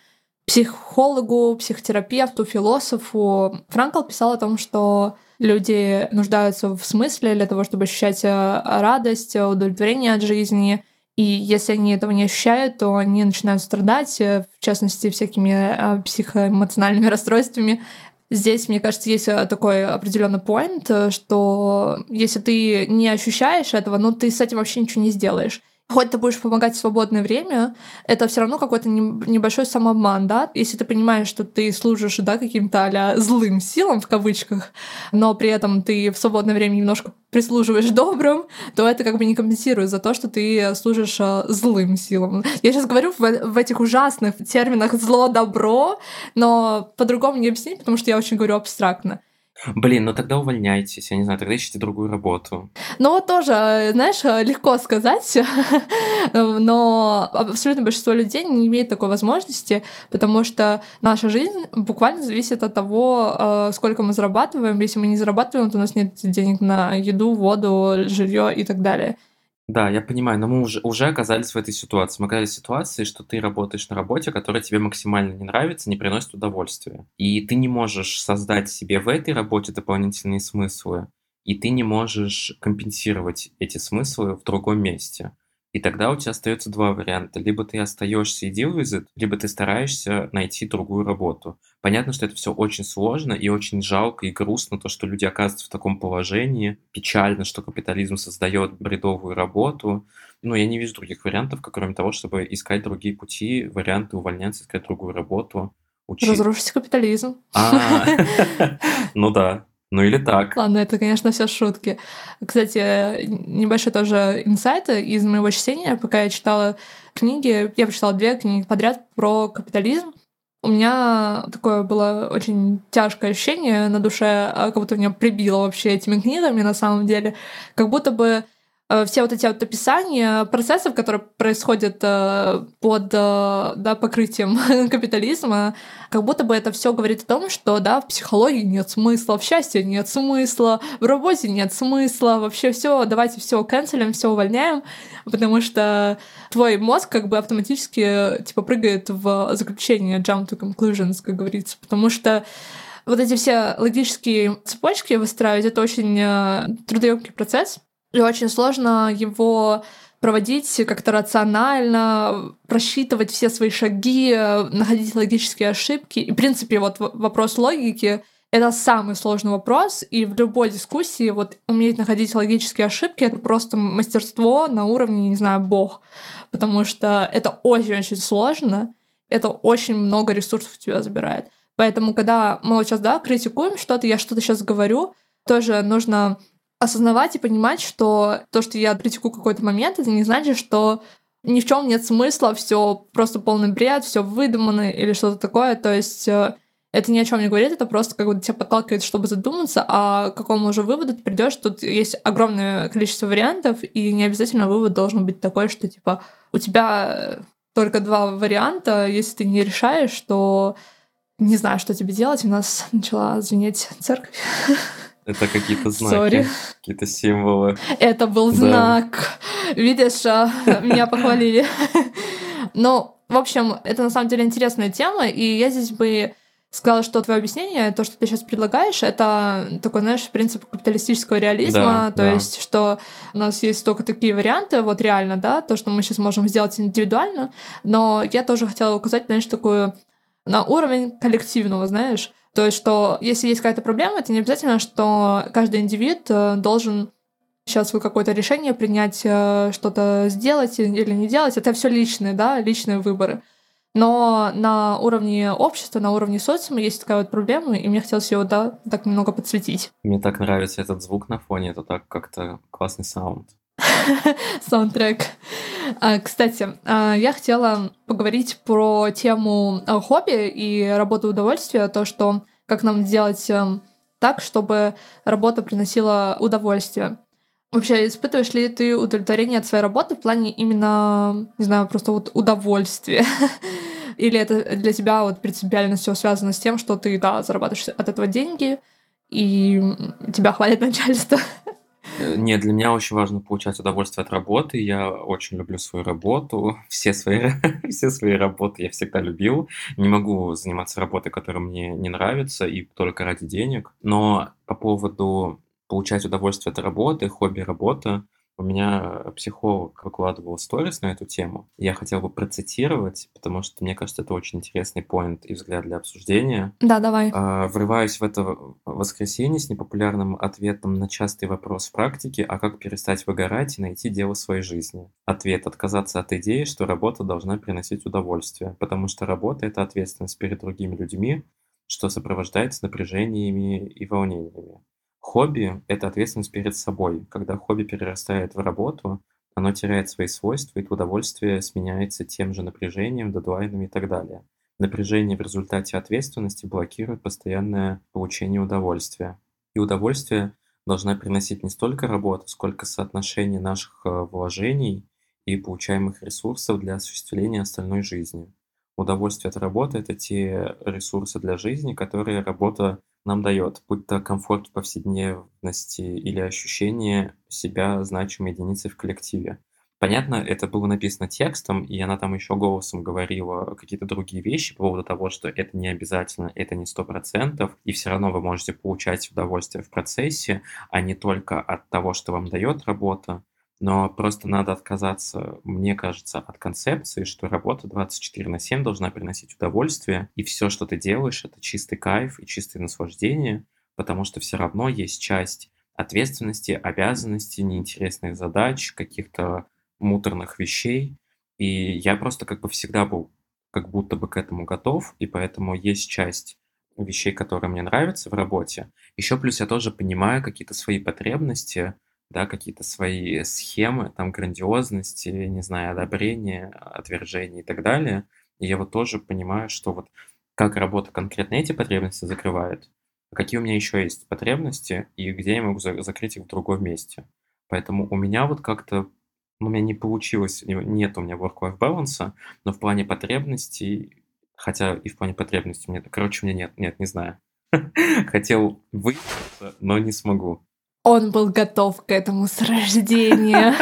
психологу, психотерапевту, философу. Франкл писал о том, что люди нуждаются в смысле для того, чтобы ощущать радость, удовлетворение от жизни. И если они этого не ощущают, то они начинают страдать, в частности, всякими психоэмоциональными расстройствами. Здесь, мне кажется, есть такой определенный поинт, что если ты не ощущаешь этого, ну ты с этим вообще ничего не сделаешь. Хоть ты будешь помогать в свободное время, это все равно какой-то небольшой самообман, да? Если ты понимаешь, что ты служишь, да, каким-то а-ля злым силам в кавычках, но при этом ты в свободное время немножко прислуживаешь добрым, то это как бы не компенсирует за то, что ты служишь злым силам. Я сейчас говорю в этих ужасных терминах зло-добро, но по-другому не объяснить, потому что я очень говорю абстрактно.
Блин, ну тогда увольняйтесь, я не знаю, тогда ищите другую работу.
Но вот тоже, знаешь, легко сказать, но абсолютно большинство людей не имеет такой возможности, потому что наша жизнь буквально зависит от того, сколько мы зарабатываем. Если мы не зарабатываем, то у нас нет денег на еду, воду, жилье и так далее.
Да, я понимаю, но мы уже оказались в этой ситуации. Мы оказались в ситуации, что ты работаешь на работе, которая тебе максимально не нравится, не приносит удовольствия. И ты не можешь создать себе в этой работе дополнительные смыслы, и ты не можешь компенсировать эти смыслы в другом месте. И тогда у тебя остается два варианта. Либо ты остаешься и deal with it, либо ты стараешься найти другую работу. Понятно, что это все очень сложно и очень жалко и грустно, то, что люди оказываются в таком положении. Печально, что капитализм создает бредовую работу. Но я не вижу других вариантов, кроме того, чтобы искать другие пути, варианты увольняться, искать другую работу, учить.
Разрушить капитализм.
А, ну да. Ну или так.
Ладно, это, конечно, все шутки. Кстати, небольшой тоже инсайт из моего чтения. Пока я читала книги, я прочитала 2 книги подряд про капитализм. У меня такое было очень тяжкое ощущение на душе, как будто меня прибило вообще этими книгами на самом деле. Как будто бы все вот эти вот описания процессов, которые происходят под да, покрытием капитализма, как будто бы это все говорит о том, что да, в психологии нет смысла, в счастье нет смысла, в работе нет смысла, вообще все, давайте все канцелим, все увольняем, потому что твой мозг как бы автоматически типа прыгает в заключение, jump to conclusions, как говорится, потому что вот эти все логические цепочки выстраивать — это очень трудоемкий процесс, и очень сложно его проводить как-то рационально, просчитывать все свои шаги, находить логические ошибки. И, в принципе, вот вопрос логики — это самый сложный вопрос, и в любой дискуссии вот уметь находить логические ошибки — это просто мастерство на уровне, не знаю, бог. Потому что это очень-очень сложно, это очень много ресурсов у тебя забирает. Поэтому, когда мы вот сейчас, да, критикуем что-то, я что-то сейчас говорю, тоже нужно осознавать и понимать, что то, что я критикую какой-то момент, это не значит, что ни в чем нет смысла, все просто полный бред, все выдумано или что-то такое. То есть это ни о чем не говорит, это просто как бы тебя подталкивает, чтобы задуматься, а к какому уже выводу ты придешь. Тут есть огромное количество вариантов, и не обязательно вывод должен быть такой, что типа у тебя только два варианта, если ты не решаешь, то не знаю, что тебе делать. У нас начала звенеть церковь.
Это какие-то
Сори.
знаки, какие-то символы.
Это был
Да.
знак. Видишь, меня похвалили. Ну, в общем, это на самом деле интересная тема, и я здесь бы сказала, что твое объяснение, то, что ты сейчас предлагаешь, это такой, знаешь, принцип капиталистического реализма,
Да,
то
да.
есть, что у нас есть только такие варианты, вот реально, да, то, что мы сейчас можем сделать индивидуально, но я тоже хотела указать, знаешь, такую на уровень коллективного, знаешь, то есть, что если есть какая-то проблема, это не обязательно, что каждый индивид должен сейчас вы какое-то решение принять, что-то сделать или не делать. Это все личные, да, личные выборы. Но на уровне общества, на уровне социума есть такая вот проблема, и мне хотелось ее, да, так немного подсветить.
Мне так нравится этот звук на фоне, это так как-то классный саунд.
Саундтрек. Кстати, я хотела поговорить про тему хобби и работы удовольствия, то, что как нам делать так, чтобы работа приносила удовольствие. Вообще, испытываешь ли ты удовлетворение от своей работы в плане именно, не знаю, просто вот удовольствия? Или это для тебя вот принципиально все связано с тем, что ты, да, зарабатываешь от этого деньги, и тебя хвалит начальство?
Нет, для меня очень важно получать удовольствие от работы. Я очень люблю свою работу. Все свои, все свои работы я всегда любил. Не могу заниматься работой, которая мне не нравится, и только ради денег. Но по поводу получать удовольствие от работы, хобби-работа, у меня психолог выкладывал сторис на эту тему. Я хотел бы процитировать, потому что мне кажется, это очень интересный поинт и взгляд для обсуждения.
Да, давай.
Врываюсь в это воскресенье с непопулярным ответом на частый вопрос в практике, а как перестать выгорать и найти дело своей жизни? Ответ – отказаться от идеи, что работа должна приносить удовольствие, потому что работа – это ответственность перед другими людьми, что сопровождается напряжениями и волнениями. Хобби – это ответственность перед собой. Когда хобби перерастает в работу, оно теряет свои свойства, и удовольствие сменяется тем же напряжением, дедлайнами и так далее. Напряжение в результате ответственности блокирует постоянное получение удовольствия. И удовольствие должна приносить не столько работа, сколько соотношение наших вложений и получаемых ресурсов для осуществления остальной жизни. Удовольствие от работы – это те ресурсы для жизни, которые работа нам дает, будь то комфорт в повседневности или ощущение себя значимой единицей в коллективе. Понятно, это было написано текстом, и она там еще голосом говорила какие-то другие вещи по поводу того, что это не обязательно, это не 100%, и все равно вы можете получать удовольствие в процессе, а не только от того, что вам дает работа. Но просто надо отказаться, мне кажется, от концепции, что работа 24/7 должна приносить удовольствие, и все, что ты делаешь, это чистый кайф и чистое наслаждение, потому что все равно есть часть ответственности, обязанностей, неинтересных задач, каких-то муторных вещей. И я просто как бы всегда был как будто бы к этому готов, и поэтому есть часть вещей, которые мне нравятся в работе. Еще плюс я тоже понимаю какие-то свои потребности, да, какие-то свои схемы, там, грандиозности, не знаю, одобрения, отвержения и так далее. И я вот тоже понимаю, что вот как работа конкретно эти потребности закрывает, а какие у меня еще есть потребности и где я могу закрыть их в другом месте. Поэтому у меня вот как-то, ну, у меня не получилось, нет у меня work-life balance, но в плане потребностей, хотя и в плане потребностей у меня, короче, у меня нет, не знаю. Хотел выясниться, но не смогу.
Он был готов к этому с рождения.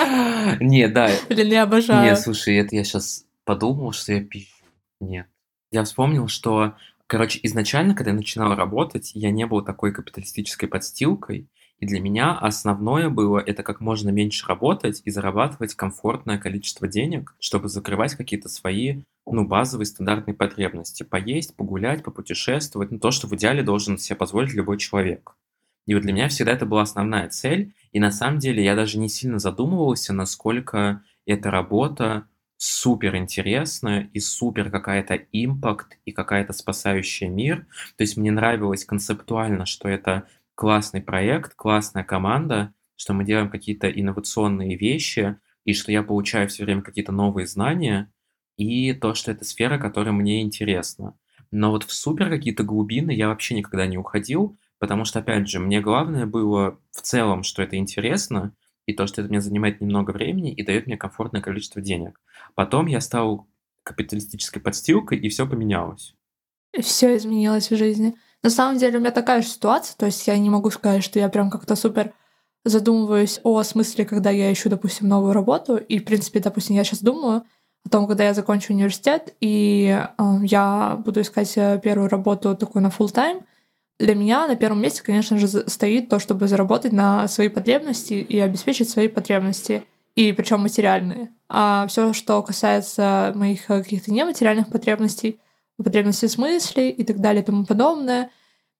Не, да.
Блин, я
Не,
обожаю.
слушай, это я сейчас подумал, что я пизжу. Нет. Я вспомнил, что, короче, изначально, когда я начинал работать, я не был такой капиталистической подстилкой, и для меня основное было это как можно меньше работать и зарабатывать комфортное количество денег, чтобы закрывать какие-то свои, ну, базовые стандартные потребности. Поесть, погулять, попутешествовать, ну, то, что в идеале должен себе позволить любой человек. И вот для меня всегда это была основная цель, и на самом деле я даже не сильно задумывался, насколько эта работа супер интересно и супер какая-то импакт и какая-то спасающая мир. То есть мне нравилось концептуально, что это классный проект, классная команда, что мы делаем какие-то инновационные вещи, и что я получаю все время какие-то новые знания, и то, что это сфера, которая мне интересна. Но вот в супер какие-то глубины я вообще никогда не уходил, потому что, опять же, мне главное было в целом, что это интересно, и то, что это мне занимает немного времени и дает мне комфортное количество денег. Потом я стал капиталистической подстилкой, и все поменялось.
И всё изменилось в жизни. На самом деле у меня такая же ситуация, то есть я не могу сказать, что я прям как-то супер задумываюсь о смысле, когда я ищу, допустим, новую работу. И, в принципе, допустим, я сейчас думаю о том, когда я закончу университет, и, я буду искать, первую работу такую на full time. Для меня на первом месте, конечно же, стоит то, чтобы заработать на свои потребности и обеспечить свои потребности, и причем материальные. А все, что касается моих каких-то нематериальных потребностей, потребностей в смысле и так далее и тому подобное,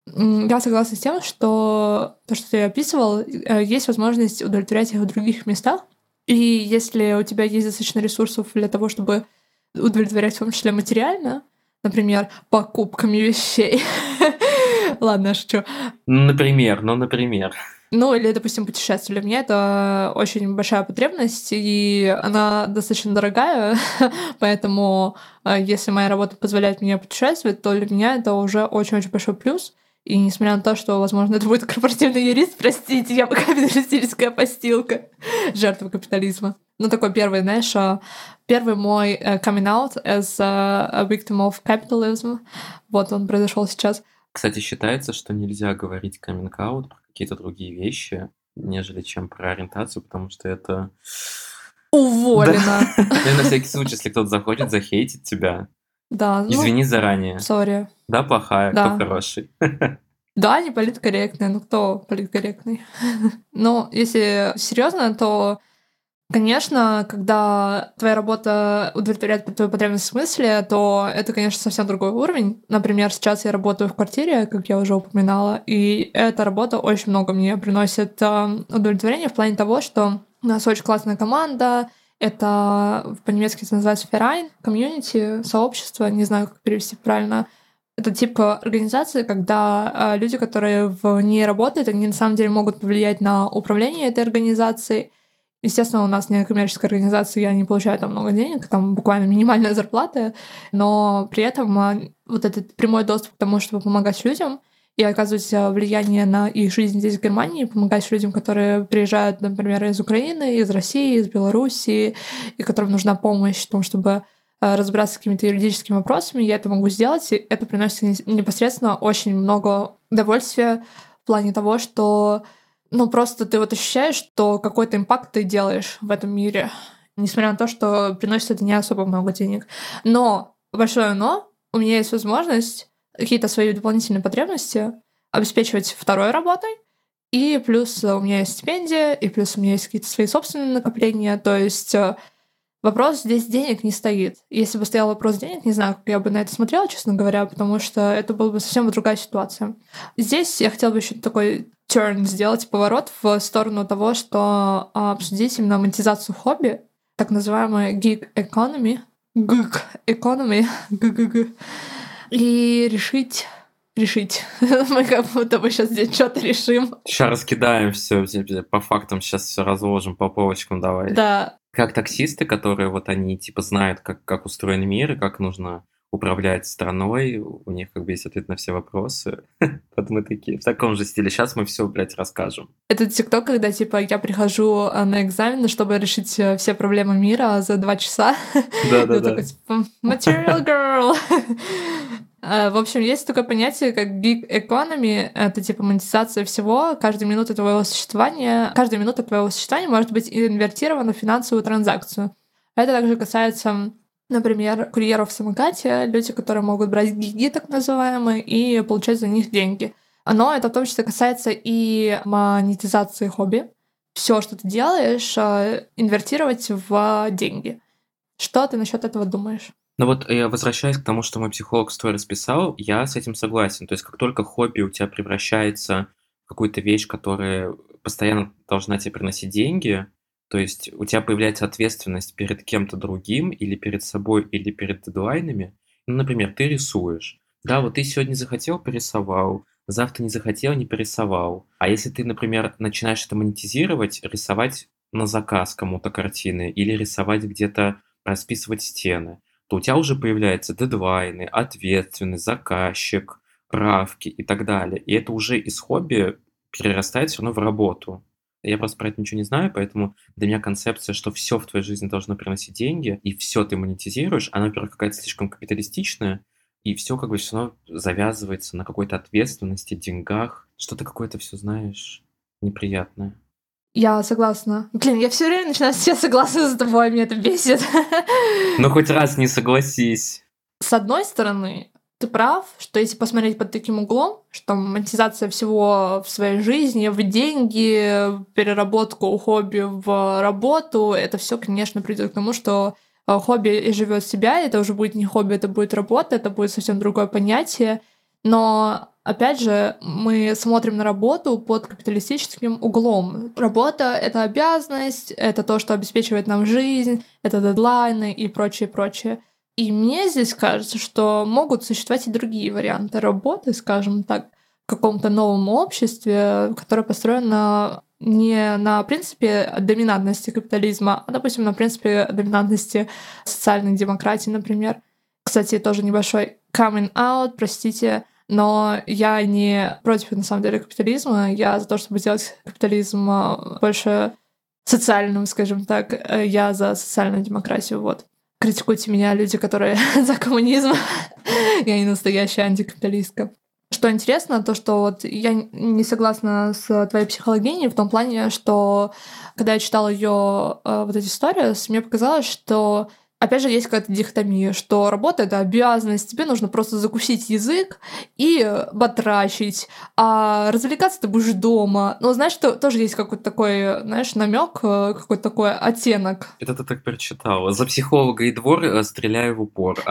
я согласна с тем, что то, что ты описывал, есть возможность удовлетворять их в других местах. И если у тебя есть достаточно ресурсов для того, чтобы удовлетворять в том числе материально, например, покупками вещей. Ладно, я шучу.
Например.
Ну, или, допустим, путешествие. Для меня это очень большая потребность, и она достаточно дорогая, поэтому если моя работа позволяет мне путешествовать, то для меня это уже очень-очень большой плюс. И несмотря на то, что, возможно, это будет корпоративный юрист, простите, я капиталистическая постилка, жертва капитализма. Ну, такой первый, знаешь, первый мой coming out as a victim of capitalism. Вот он произошел сейчас.
Кстати, считается, что нельзя говорить каминг-аут про какие-то другие вещи, нежели чем про ориентацию, потому что это... Да.
Уволена.
Ну и на всякий случай, если кто-то захочет захейтить тебя,
Да, ну,
извини заранее.
сори.
Да, плохая, кто
Да.
хороший.
Да, не политкорректная, ну кто политкорректный? Но если серьезно, то, конечно, когда твоя работа удовлетворяет твою потребность в смысле, то это, конечно, совсем другой уровень. Например, сейчас я работаю в квартире, как я уже упоминала, и эта работа очень много мне приносит удовлетворения в плане того, что у нас очень классная команда, это по-немецки это называется Verein, комьюнити, сообщество, не знаю, как перевести правильно. Это типа организации, когда люди, которые в ней работают, они на самом деле могут повлиять на управление этой организацией. Естественно, у нас не коммерческая организация, я не получаю там много денег, там буквально минимальная зарплата, но при этом вот этот прямой доступ к тому, чтобы помогать людям и оказывать влияние на их жизнь здесь, в Германии, помогать людям, которые приезжают, например, из Украины, из России, из Белоруссии, и которым нужна помощь в том, чтобы разбираться с какими-то юридическими вопросами, я это могу сделать, и это приносит непосредственно очень много удовольствия в плане того, что ну, просто ты вот ощущаешь, что какой-то импакт ты делаешь в этом мире, несмотря на то, что приносит это не особо много денег. Но, большое но, у меня есть возможность какие-то свои дополнительные потребности обеспечивать второй работой, и плюс у меня есть стипендия, и плюс у меня есть какие-то свои собственные накопления, то есть вопрос здесь денег не стоит. Если бы стоял вопрос денег, не знаю, как я бы на это смотрела, честно говоря, потому что это была бы совсем другая ситуация. Здесь я хотела бы еще такой turn сделать, поворот в сторону того, что обсудить именно монетизацию хобби, так называемая gig economy, и решить, мы как будто бы сейчас здесь что-то решим.
Сейчас раскидаем все по фактам, сейчас все разложим по полочкам, давай.
Да.
Как таксисты, которые вот они типа знают, как устроен мир и как нужно управлять страной, у них как бы есть ответ на все вопросы. Вот мы такие, в таком же стиле. Сейчас мы все, блядь, расскажем.
Это ТикТок, когда типа я прихожу на экзамены, чтобы решить все проблемы мира за 2 часа.
Да-да-да.
Такой типа Material Girl. В общем, есть такое понятие, как gig economy. Это типа монетизация всего. Каждая минута твоего существования может быть инвертирована в финансовую транзакцию. Это также касается, например, курьеров в самокате, люди, которые могут брать гиги, так называемые, и получать за них деньги. Но это в том числе касается и монетизации хобби. Все, что ты делаешь, инвертировать в деньги. Что ты насчет этого думаешь?
Ну вот, возвращаясь к тому, что мой психолог story расписал, я с этим согласен. То есть как только хобби у тебя превращается в какую-то вещь, которая постоянно должна тебе приносить деньги, То есть у тебя появляется ответственность перед кем-то другим, или перед собой, или перед дедлайнами. Ну, например, ты рисуешь. Да, вот ты сегодня захотел — порисовал, завтра не захотел — не порисовал. А если ты, например, начинаешь это монетизировать, рисовать на заказ кому-то картины или рисовать где-то, расписывать стены, то у тебя уже появляются дедлайны, ответственность, заказчик, правки и так далее. И это уже из хобби перерастает все равно в работу. Я просто про это ничего не знаю, поэтому для меня концепция, что все в твоей жизни должно приносить деньги, и все ты монетизируешь, она, во-первых, какая-то слишком капиталистичная, и все как бы все равно завязывается на какой-то ответственности, деньгах. Что-то какое-то все, знаешь, неприятное.
Я согласна. Блин, я все время начинаю все согласна с тобой, меня это бесит.
Ну, хоть раз не согласись.
С одной стороны, ты прав, что если посмотреть под таким углом, что монетизация всего в своей жизни, в деньги, переработку хобби в работу, это все, конечно, придет к тому, что хобби и живет себя, это уже будет не хобби, это будет работа, это будет совсем другое понятие. Но опять же, мы смотрим на работу под капиталистическим углом. Работа — это обязанность, это то, что обеспечивает нам жизнь, это дедлайны и прочее, прочее. И мне здесь кажется, что могут существовать и другие варианты работы, скажем так, в каком-то новом обществе, которое построено не на принципе доминантности капитализма, а, допустим, на принципе доминантности социальной демократии, например. Кстати, тоже небольшой coming out, простите, но я не против, на самом деле, капитализма. Я за то, чтобы сделать капитализм больше социальным, скажем так. Я за социальную демократию, вот. Критикуйте меня, люди, которые за коммунизм. Я не настоящая антикапиталистка. Что интересно, то, что вот я не согласна с твоей психологиней в том плане, что когда я читала ее вот эти истории, мне показалось, что опять же есть какая-то дихотомия, что работа — это обязанность, тебе нужно просто закусить язык и батрачить, а развлекаться ты будешь дома. Но знаешь, что тоже есть какой-то такой, знаешь, намек, какой-то такой оттенок.
Это ты так прочитала. За психолога и двор стреляю в упор.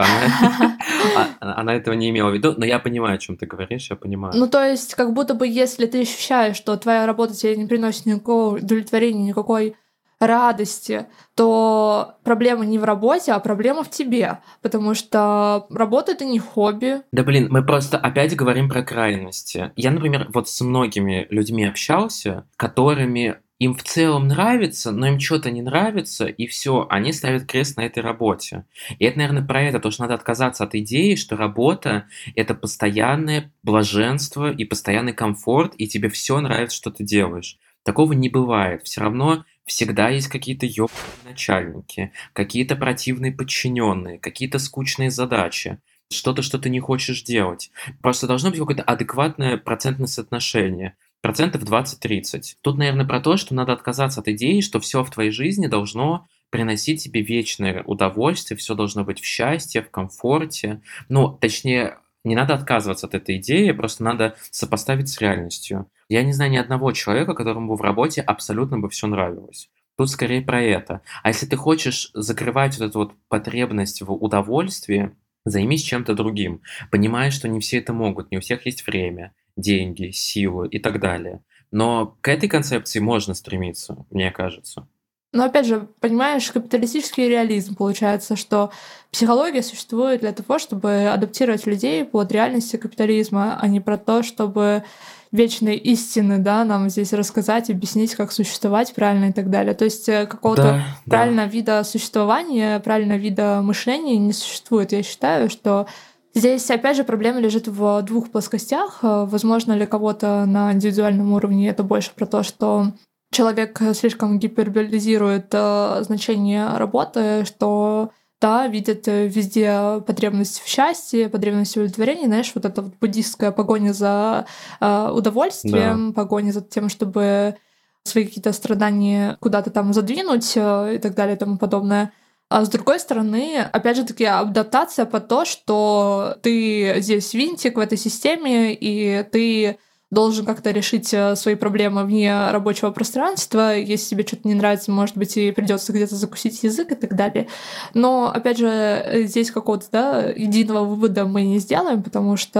Она этого не имела в виду, но я понимаю, о чем ты говоришь, я понимаю.
Ну, то есть, как будто бы, если ты ощущаешь, что твоя работа тебе не приносит никакого удовлетворения, никакой радости, то проблема не в работе, а проблема в тебе. Потому что работа — это не хобби.
Да блин, мы просто опять говорим про крайности. Я, например, вот с многими людьми общался, которыми им в целом нравится, но им что-то не нравится, и все, они ставят крест на этой работе. И это, наверное, про это, то, что надо отказаться от идеи, что работа — это постоянное блаженство и постоянный комфорт, и тебе все нравится, что ты делаешь. Такого не бывает. Все равно всегда есть какие-то ёбаные начальники, какие-то противные подчиненные, какие-то скучные задачи, что-то, что ты не хочешь делать. Просто должно быть какое-то адекватное процентное соотношение. Процентов 20-30. Тут, наверное, про то, что надо отказаться от идеи, что все в твоей жизни должно приносить тебе вечное удовольствие, все должно быть в счастье, в комфорте. Ну, точнее, не надо отказываться от этой идеи, просто надо сопоставить с реальностью. Я не знаю ни одного человека, которому бы в работе абсолютно бы все нравилось. Тут скорее про это. А если ты хочешь закрывать вот эту вот потребность в удовольствии, займись чем-то другим. Понимая, что не все это могут, не у всех есть время, деньги, силы и так далее. Но к этой концепции можно стремиться, мне кажется.
Но опять же, понимаешь, капиталистический реализм получается, что психология существует для того, чтобы адаптировать людей под реальности капитализма, а не про то, чтобы вечные истины, да, нам здесь рассказать, объяснить, как существовать правильно и так далее. То есть какого-то
Да, да.
правильного вида существования, правильного вида мышления не существует. Я считаю, что здесь, опять же, проблема лежит в двух плоскостях. Возможно, для кого-то на индивидуальном уровне это больше про то, что человек слишком гиперболизирует значение работы, что да, видит везде потребность в счастье, потребность в удовлетворении, знаешь, вот эта вот буддистская погоня за удовольствием, погоня за тем, чтобы свои какие-то страдания куда-то там задвинуть и так далее и тому подобное. А с другой стороны, опять же таки, адаптация под то, что ты здесь винтик в этой системе, и ты должен как-то решить свои проблемы вне рабочего пространства. Если тебе что-то не нравится, может быть, и придется где-то закусить язык и так далее. Но, опять же, здесь какого-то единого вывода мы не сделаем, потому что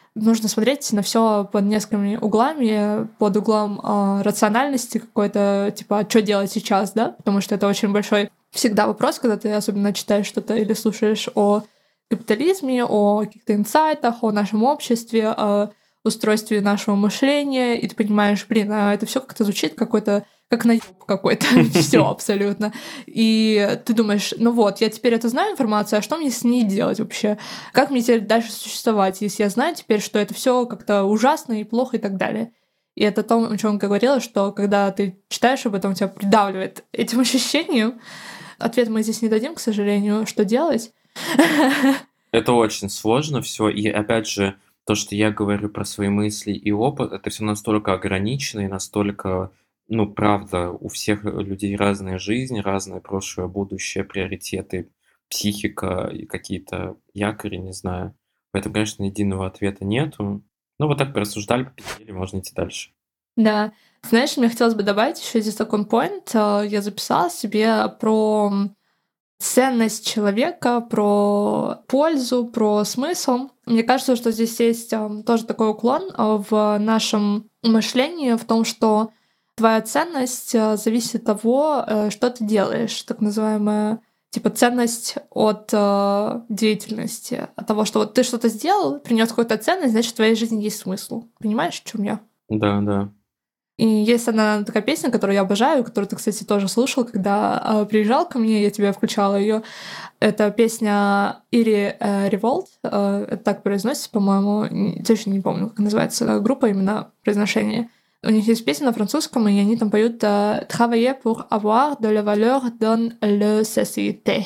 нужно смотреть на все под несколькими углами, под углом рациональности какой-то, типа, что делать сейчас, да? Потому что это очень большой всегда вопрос, когда ты особенно читаешь что-то или слушаешь о капитализме, о каких-то инсайтах, о нашем обществе, о устройстве нашего мышления, и ты понимаешь, блин, а это все как-то звучит какой-то как наеб какой-то, все абсолютно. И ты думаешь, ну вот, я теперь это знаю информацию, а что мне с ней делать вообще? Как мне теперь дальше существовать, если я знаю теперь, что это все как-то ужасно и плохо и так далее? И это то, о чем я говорила, что когда ты читаешь об этом, тебя придавливает этим ощущением. Ответ мы здесь не дадим, к сожалению, что делать.
Это очень сложно все. И опять же, то, что я говорю про свои мысли и опыт, это все настолько ограничено и настолько, ну, правда, у всех людей разная жизнь, разное прошлое, будущее, приоритеты, психика и какие-то якори, не знаю. Поэтому, конечно, единого ответа нету. Ну, вот так порассуждали, попиздели, можно идти дальше.
Да. Знаешь, мне хотелось бы добавить еще здесь такой point. Я записала себе про ценность человека, про пользу, про смысл. Мне кажется, что здесь есть тоже такой уклон в нашем мышлении, в том, что твоя ценность зависит от того, что ты делаешь, так называемая типа ценность от деятельности, от того, что вот ты что-то сделал, принес какую-то ценность, значит, в твоей жизни есть смысл. Понимаешь, о чем я?
Да, да.
И есть одна такая песня, которую я обожаю, которую ты, кстати, тоже слушал, когда приезжал ко мне, я тебе включала ее. Это песня Ири Револт. Это так произносится, по-моему. Точно не помню, как называется группа, именно произношение. У них есть песня на французском, и они там поют «Travailler pour avoir de la valeur dans la société».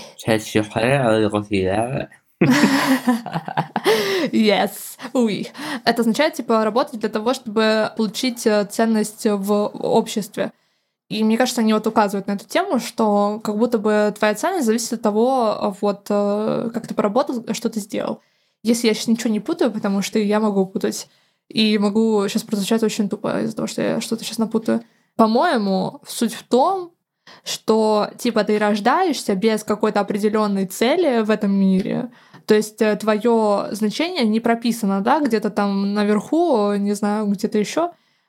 Yes, oui. Это означает, типа, работать для того, чтобы получить ценность в обществе. И мне кажется, они вот указывают на эту тему, что как будто бы твоя ценность зависит от того, вот, как ты поработал, что ты сделал. Если я сейчас ничего не путаю, потому что я могу путать, и могу сейчас прозвучать очень тупо из-за того, что я что-то сейчас напутаю. По-моему, суть в том, что типа ты рождаешься без какой-то определенной цели в этом мире. То есть твое значение не прописано, да, где-то там наверху, не знаю, где-то еще.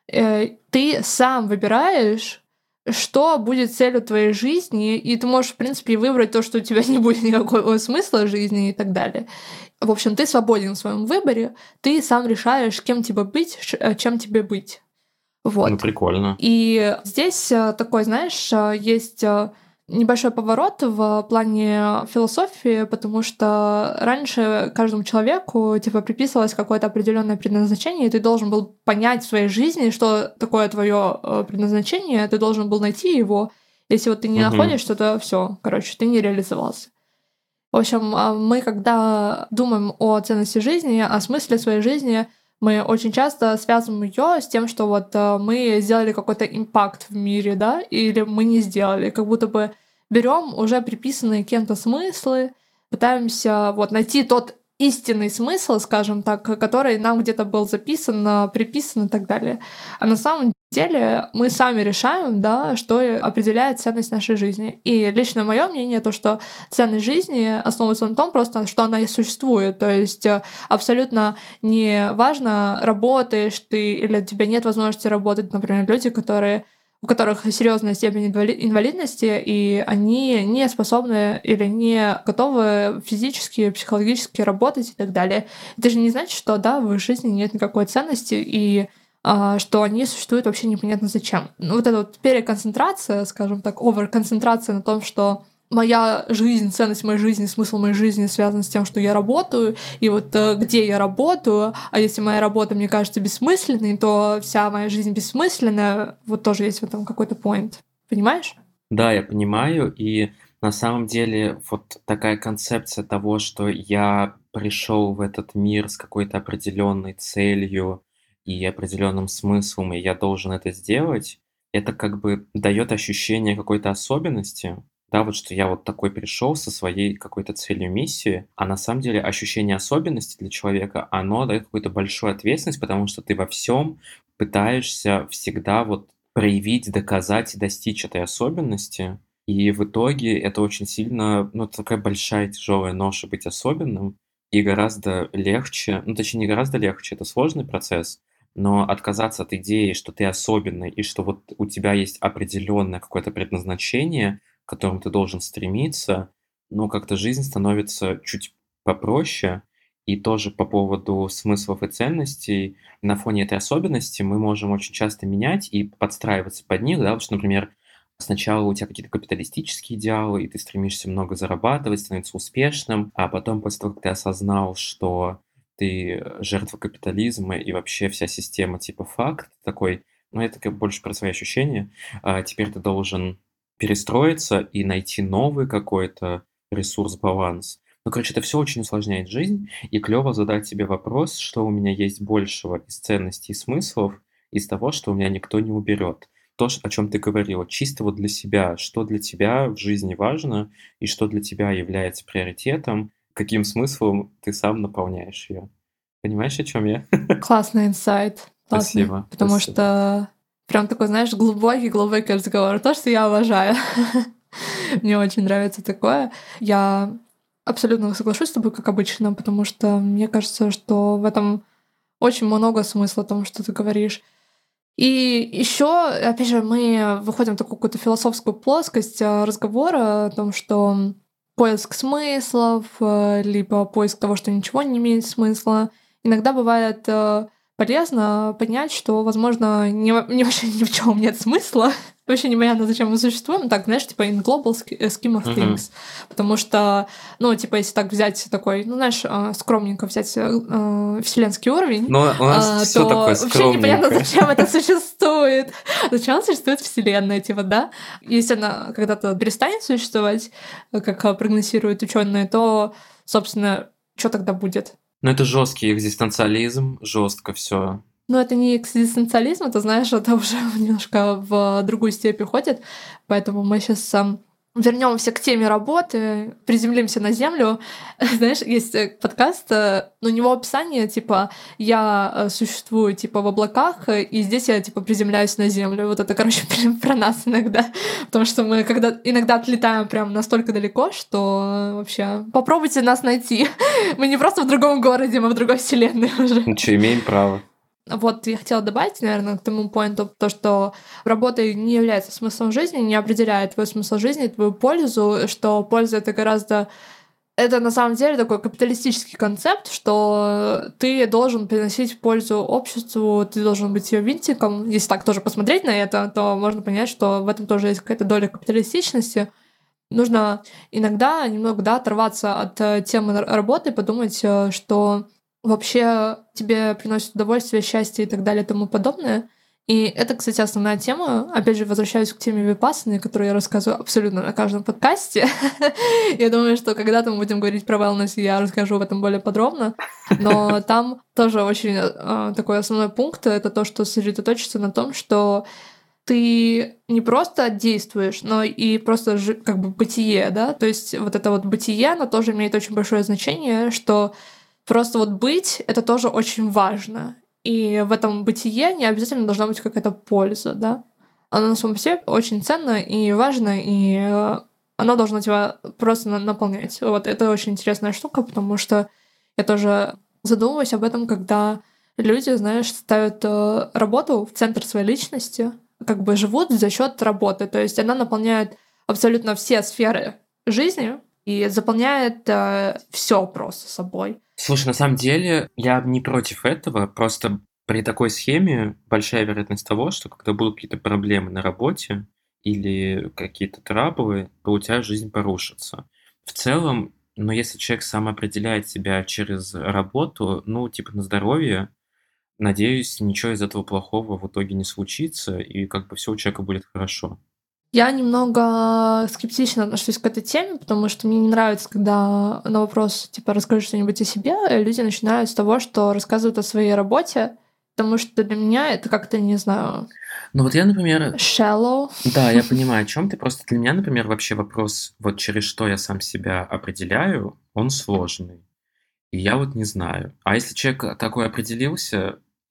Ты сам выбираешь, что будет целью твоей жизни, и ты можешь, в принципе, выбрать то, что у тебя не будет никакого смысла жизни и так далее. В общем, ты свободен в своем выборе, ты сам решаешь, кем тебе быть, чем тебе быть.
Ну,
Вот.
прикольно.
И здесь такой, знаешь, есть небольшой поворот в плане философии, потому что раньше каждому человеку типа приписывалось какое-то определенное предназначение, и ты должен был понять в своей жизни, что такое твое предназначение, ты должен был найти его. Если вот ты не находишь, то все, короче, ты не реализовался. В общем, мы, когда думаем о ценности жизни, о смысле своей жизни, мы очень часто связываем ее с тем, что вот мы сделали какой-то импакт в мире, да, или мы не сделали, как будто бы берем уже приписанные кем-то смыслы, пытаемся вот найти тот истинный смысл, скажем так, который нам где-то был записан, приписан и так далее. А на самом деле мы сами решаем, да, что определяет ценность нашей жизни. И лично мое мнение то, что ценность жизни основывается на том просто, что она и существует. То есть абсолютно не важно, работаешь ты или у тебя нет возможности работать, например, люди, у которых серьезная степень инвалидности, и они не способны или не готовы физически, психологически работать и так далее. Это же не значит, что да, в их жизни нет никакой ценности, и что они существуют вообще непонятно зачем. Ну, вот эта вот переконцентрация, скажем так, оверконцентрация на том, что моя жизнь, ценность моей жизни, смысл моей жизни связан с тем, что я работаю, и вот где я работаю, а если моя работа мне кажется бессмысленной, то вся моя жизнь бессмысленная, вот тоже есть в этом какой-то поинт. Понимаешь?
Да, я понимаю, и на самом деле вот такая концепция того, что я пришел в этот мир с какой-то определенной целью и определенным смыслом, и я должен это сделать, это как бы дает ощущение какой-то особенности, да, вот что я вот такой пришел со своей какой-то целью, миссией, а на самом деле ощущение особенности для человека, оно дает какую-то большую ответственность, потому что ты во всем пытаешься всегда вот проявить, доказать и достичь этой особенности. И в итоге это очень сильно, ну, это такая большая тяжелая ноша быть особенным. и гораздо легче, ну, точнее, не гораздо легче, это сложный процесс, но отказаться от идеи, что ты особенный и что вот у тебя есть определенное какое-то предназначение, к которому ты должен стремиться, но как-то жизнь становится чуть попроще. И тоже по поводу смыслов и ценностей, на фоне этой особенности мы можем очень часто менять и подстраиваться под них, да, потому что, например, сначала у тебя какие-то капиталистические идеалы, и ты стремишься много зарабатывать, становиться успешным, а потом, после того, как ты осознал, что ты жертва капитализма и вообще вся система типа факт, такой, ну, это как больше про свои ощущения, теперь ты должен перестроиться и найти новый какой-то ресурс-баланс. Ну, короче, это все очень усложняет жизнь, и клево задать себе вопрос, что у меня есть большего из ценностей и смыслов, из того, что у меня никто не уберет. То, о чем ты говорила, чисто вот для себя, что для тебя в жизни важно и что для тебя является приоритетом, каким смыслом ты сам наполняешь ее. Понимаешь, о чем я?
Классный инсайт, классный,
Спасибо,
потому
спасибо.
что прям такой, знаешь, глубокий-глубокий разговор. То, что я обожаю. Мне очень нравится такое. Я абсолютно соглашусь с тобой, как обычно, потому что мне кажется, что в этом очень много смысла в том, что ты говоришь. И еще, опять же, мы выходим в такую какую-то философскую плоскость разговора о том, что поиск смыслов, либо поиск того, что ничего не имеет смысла, иногда бывает полезно понять, что, возможно, вообще ни в чем нет смысла, вообще непонятно, зачем мы существуем, так, знаешь, типа in global scheme of
Мгм.
things, потому что, ну, типа, если так взять такой, ну, знаешь, скромненько взять вселенский уровень,
Но у нас все такое
то вообще непонятно,
скромненькое.
зачем это существует. Зачем существует Вселенная, типа, да? Если она когда-то перестанет существовать, как прогнозируют ученые, то, собственно, что тогда будет?
Но это жесткий экзистенциализм, жестко все.
Ну, это не экзистенциализм, это, знаешь, это уже немножко в другую степь уходит. Поэтому мы сейчас вернемся к теме работы, приземлимся на землю. Знаешь, есть подкаст, но у него описание, типа, я существую, типа, в облаках, и здесь я, типа, приземляюсь на землю. Вот это, короче, про нас иногда. Потому что мы когда иногда отлетаем прям настолько далеко, что вообще попробуйте нас найти. Мы не просто в другом городе, мы в другой вселенной уже.
Ну что, имеем право.
Вот я хотела добавить, наверное, к тому поинту, то, что работа не является смыслом жизни, не определяет твой смысл жизни, твою пользу, что польза — это гораздо... Это на самом деле такой капиталистический концепт, что ты должен приносить пользу обществу, ты должен быть ее винтиком. Если так тоже посмотреть на это, то можно понять, что в этом тоже есть какая-то доля капиталистичности. Нужно иногда немного, да, оторваться от темы работы, подумать, что вообще тебе приносит удовольствие, счастье и так далее и тому подобное. И это, кстати, основная тема. Опять же, возвращаюсь к теме випассаны, которую я рассказываю абсолютно на каждом подкасте. Я думаю, что когда-то мы будем говорить про wellness, я расскажу об этом более подробно. Но там тоже очень такой основной пункт — это то, что сосредоточиться на том, что ты не просто действуешь, но и просто как бы бытие, да, то есть вот это вот бытие, оно тоже имеет очень большое значение, что просто вот быть — это тоже очень важно. И в этом бытие не обязательно должна быть какая-то польза, да. Оно на самом себе очень ценно и важно, и оно должно тебя просто наполнять. Вот это очень интересная штука, потому что я тоже задумываюсь об этом, когда люди, знаешь, ставят работу в центр своей личности, как бы живут за счет работы. То есть она наполняет абсолютно все сферы жизни и заполняет все просто собой.
Слушай, на самом деле, я не против этого, просто при такой схеме большая вероятность того, что когда будут какие-то проблемы на работе или какие-то траблы, то у тебя жизнь порушится. В целом, но если человек сам определяет себя через работу, ну, типа на здоровье, надеюсь, ничего из этого плохого в итоге не случится, и как бы все у человека будет хорошо.
Я немного скептично отношусь к этой теме, потому что мне не нравится, когда на вопрос, типа, расскажи что-нибудь о себе, люди начинают с того, что рассказывают о своей работе, потому что для меня это как-то, не знаю,
Ну вот я, например,
shallow.
да, я понимаю, о чем ты. Просто для меня, например, вообще вопрос, вот через что я сам себя определяю, он сложный. И я вот не знаю. А если человек такой определился,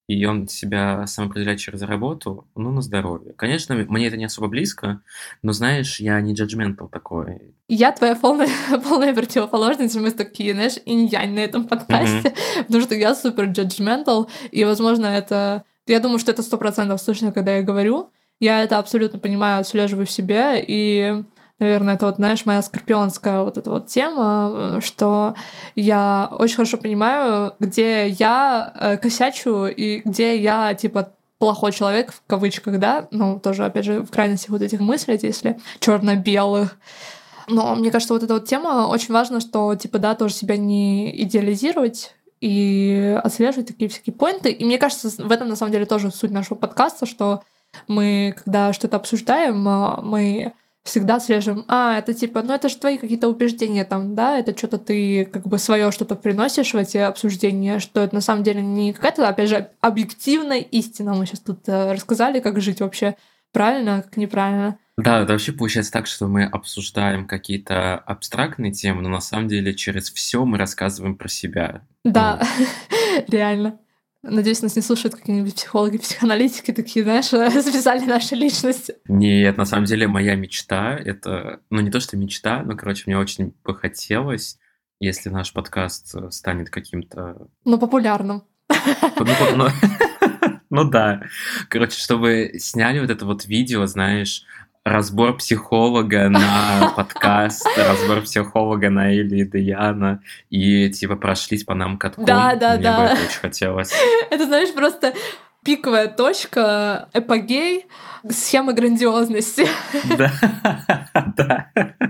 и он себя самоопределяет через работу, ну, на здоровье. Конечно, мне это не особо близко, но, знаешь, я не judgmental такой.
Я твоя полная, полная противоположность, мы такие, знаешь, инь-янь на этом
Мгм.
подкасте, потому что я супер judgmental, и, возможно, это... Я думаю, что это 100% слышно, когда я говорю. Я это абсолютно понимаю, отслеживаю в себе, и, наверное, это вот, знаешь, моя скорпионская вот эта вот тема, что я очень хорошо понимаю, где я косячу и где я, типа, плохой человек, в кавычках, да, ну, тоже, опять же, в крайности вот этих мыслей, если черно белых. Но мне кажется, вот эта вот тема очень важно, что, типа, да, тоже себя не идеализировать и отслеживать такие всякие поинты. И мне кажется, в этом на самом деле тоже суть нашего подкаста, что мы, когда что-то обсуждаем, мы всегда отслеживаем, это типа, ну это же твои какие-то убеждения там, да, это что-то ты как бы свое что-то приносишь в эти обсуждения, что это на самом деле не какая-то, опять же, объективная истина. Мы сейчас тут рассказали, как жить вообще правильно, как неправильно.
Да, это вообще получается так, что мы обсуждаем какие-то абстрактные темы, но на самом деле через все мы рассказываем про себя.
Да,
Ну,
реально. Надеюсь, нас не слушают какие-нибудь психологи, психоаналитики, такие, знаешь, записали наши личности.
нет, на самом деле моя мечта — это, ну, не то что мечта, но, короче, мне очень бы хотелось, если наш подкаст, станет каким-то,
Но популярным.
ну, ну да. Короче, чтобы сняли вот это вот видео, знаешь, разбор психолога на подкаст, разбор психолога на Эли и Деяна, и типа прошлись по нам катком. Мне бы
Да-да-да.
это очень хотелось.
Это, знаешь, просто пиковая точка, эпогей схемы грандиозности.
Да, да.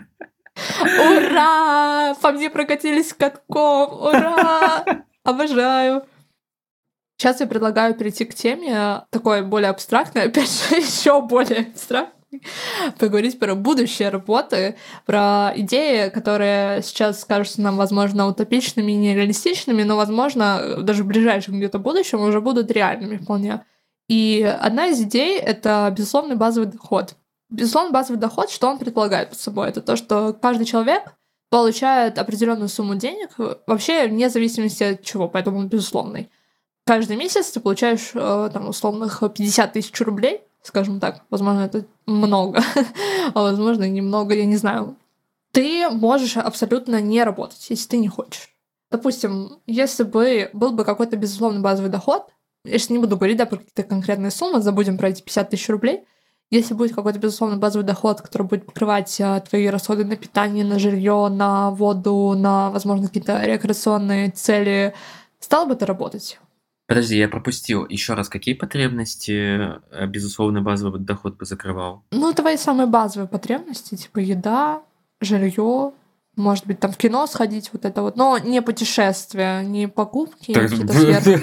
Ура! По мне прокатились катком! Ура! Обожаю! Сейчас я предлагаю перейти к теме такой более абстрактной, опять же, еще более абстрактной, поговорить про будущее работы, про идеи, которые сейчас кажутся нам, возможно, утопичными и нереалистичными, но, возможно, даже в ближайшем где-то будущем уже будут реальными вполне. И одна из идей — это безусловный базовый доход. Безусловный базовый доход, что он предполагает под собой? Это то, что каждый человек получает определенную сумму денег, вообще вне зависимости от чего, поэтому он безусловный. Каждый месяц ты получаешь там условных 50 тысяч рублей, скажем так. Возможно, это много, а возможно, и немного, я не знаю. Ты можешь абсолютно не работать, если ты не хочешь. Допустим, если бы был бы какой-то безусловный базовый доход, я сейчас не буду говорить, да, про какие-то конкретные суммы, забудем про эти 50 тысяч рублей. Если будет какой-то безусловный базовый доход, который будет покрывать твои расходы на питание, на жилье, на воду, на, возможно, какие-то рекреационные цели, стал бы ты работать?
Подожди, я пропустил. Еще раз, какие потребности, безусловно, базовый доход бы закрывал?
Ну, твои самые базовые потребности, типа еда, жилье, может быть, там в кино сходить, вот это вот. Но не путешествия, не покупки,
Так,
какие-то сверх.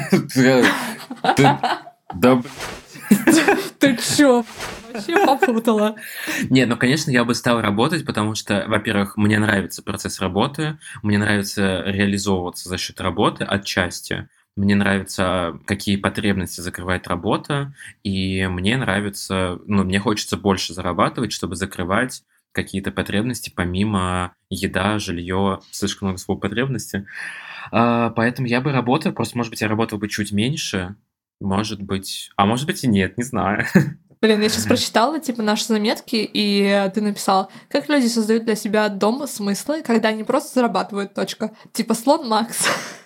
да,
Ты чё? Вообще попутала.
нет, ну, конечно, я бы стал работать, потому что, во-первых, мне нравится процесс работы, мне нравится реализовываться за счет работы отчасти, мне нравится, какие потребности закрывает работа, и мне нравится, ну, мне хочется больше зарабатывать, чтобы закрывать какие-то потребности помимо еда, жилье, слишком много слов потребности. Поэтому я бы работал, просто, может быть, я работал бы чуть меньше, может быть, а может быть и нет, не знаю.
Блин, я сейчас прочитала, типа, наши заметки, и ты написал, как люди создают для себя дом смыслы, когда они просто зарабатывают, точка. Типа слон Макс.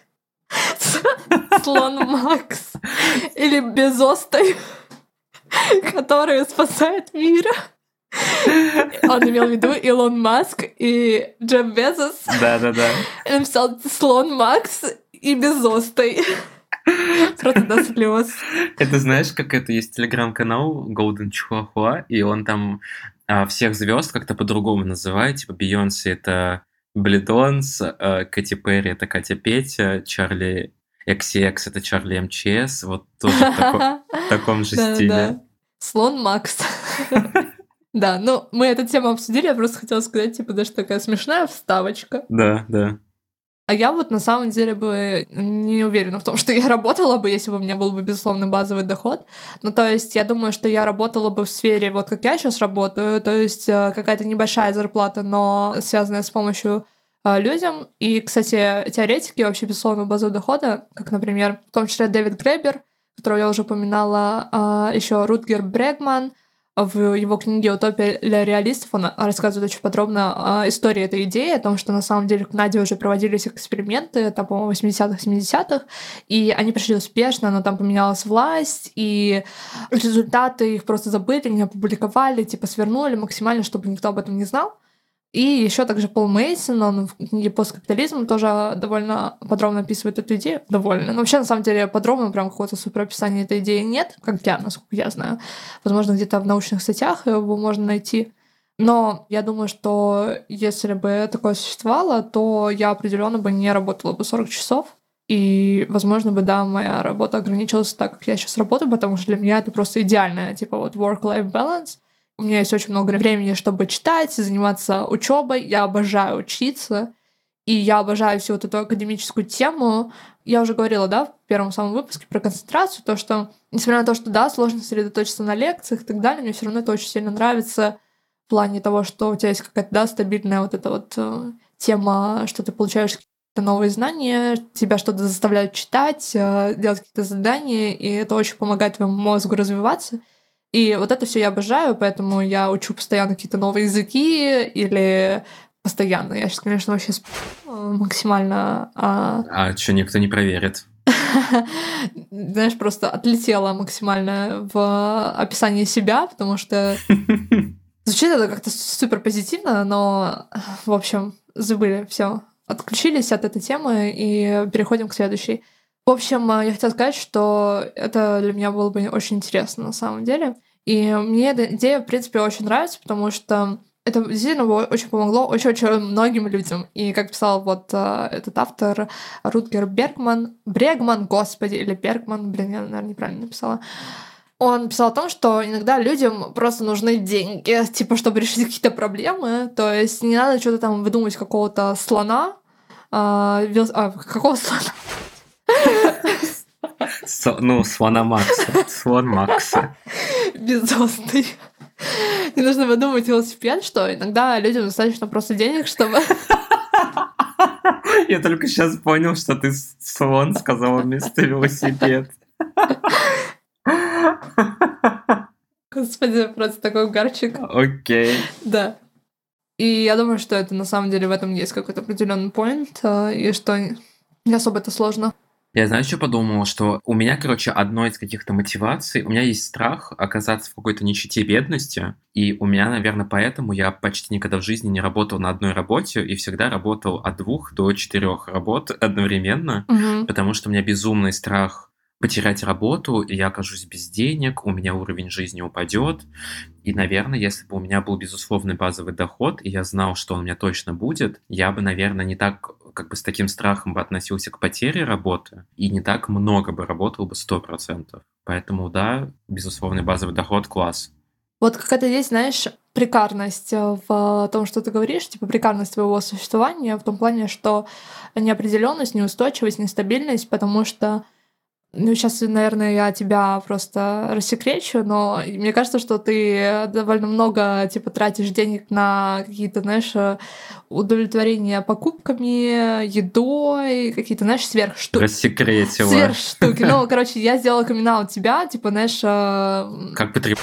Слон Макс. Или Безостой, который спасает мир. Он имел в виду Илон Маск и Джефф Безос.
Да-да-да.
И написал слон Макс и Безостой. Просто до слез.
Это знаешь, как это есть телеграм-канал Golden Chihuahua, и он там всех звезд как-то по-другому называет. Типа Бейонсе — это Блидонс, Кэти Перри — это Катя Петя, Чарли XX — это Чарли МЧС. Вот тоже в таком же стиле.
Да-да. Слон Макс. Да, ну мы эту тему обсудили, я просто хотела сказать, типа, даже такая смешная вставочка.
Да, да.
А я вот на самом деле бы не уверена в том, что я работала бы, если бы у меня был бы безусловно базовый доход. Ну, то есть я думаю, что я работала бы в сфере, вот как я сейчас работаю, то есть какая-то небольшая зарплата, но связанная с помощью людям. И, кстати, теоретики вообще безусловного базового дохода, как, например, в том числе Дэвид Грейбер, которого я уже упоминала, еще Рутгер Брегман. В его книге «Утопия для реалистов» он рассказывает очень подробно о истории этой идеи, о том, что на самом деле в Канаде уже проводились эксперименты, это, по-моему, 80-х, 70-х, и они прошли успешно, но там поменялась власть, и результаты их просто забыли, не опубликовали, типа свернули максимально, чтобы никто об этом не знал. И еще также Пол Мейсон, он в книге «Посткапитализм» тоже довольно подробно описывает эту идею. Довольно. Но вообще, на самом деле, подробно прям какого-то суперописания этой идеи нет, как я, насколько я знаю. Возможно, где-то в научных статьях его можно найти. Но я думаю, что если бы такое существовало, то я определенно бы не работала бы 40 часов. И, возможно, бы, да, моя работа ограничилась так, как я сейчас работаю, потому что для меня это просто идеальная, типа, вот work-life balance. У меня есть очень много времени, чтобы читать, заниматься учебой. Я обожаю учиться, и я обожаю всю вот эту академическую тему. Я уже говорила, да, в первом самом выпуске про концентрацию, то, что, несмотря на то, что, да, сложно сосредоточиться на лекциях и так далее, мне все равно это очень сильно нравится в плане того, что у тебя есть какая-то, да, стабильная вот эта вот тема, что ты получаешь какие-то новые знания, тебя что-то заставляют читать, делать какие-то задания, и это очень помогает твоему мозгу развиваться. И вот это все я обожаю, поэтому я учу постоянно какие-то новые языки или постоянно. Я сейчас, конечно, вообще максимально...
А что, никто не проверит?
Знаешь, просто отлетела максимально в описании себя, потому что звучит это как-то супер позитивно, но, в общем, забыли все, отключились от этой темы и переходим к следующей. В общем, я хотела сказать, что это для меня было бы очень интересно на самом деле. И мне эта идея, в принципе, очень нравится, потому что это действительно очень помогло очень-очень многим людям. И как писал вот этот автор Рутгер Брегман, господи, или Бергман, блин, я, наверное, неправильно написала. Он писал о том, что иногда людям просто нужны деньги, типа, чтобы решить какие-то проблемы. То есть не надо что-то там выдумывать какого-то слона. Какого слона?
Слона Макса. Слон Макса.
Беззвездный. Не нужно выдумывать велосипед, что иногда людям достаточно просто денег, чтобы...
Я только сейчас понял, что ты слон сказала вместо велосипед.
Господи, просто такой угарчик.
Окей.
Да. И я думаю, что это на самом деле в этом есть какой-то определенный поинт, и что не особо это сложно.
Я, знаешь, что подумал? Что у меня, короче, одной из каких-то мотиваций, у меня есть страх оказаться в какой-то нищете и бедности, и у меня, наверное, поэтому я почти никогда в жизни не работал на одной работе и всегда работал от 2 до 4 работ одновременно, потому что у меня безумный страх потерять работу, и я окажусь без денег, у меня уровень жизни упадет. И, наверное, если бы у меня был безусловный базовый доход, и я знал, что он у меня точно будет, я бы, наверное, не так, как бы с таким страхом бы относился к потере работы, и не так много бы работал бы 100%. Поэтому, да, безусловный базовый доход — класс.
Вот какая-то есть, знаешь, прекарность в том, что ты говоришь, типа прекарность твоего существования в том плане, что неопределенность, неустойчивость, нестабильность, потому что сейчас, наверное, я тебя просто рассекречу, но мне кажется, что ты довольно много, типа, тратишь денег на какие-то, знаешь, удовлетворения покупками, едой, какие-то, знаешь, сверхштуки.
Рассекретила.
Сверхштуки. Ну, короче, я сделала камин-аут тебя, типа, знаешь...
Как потреб...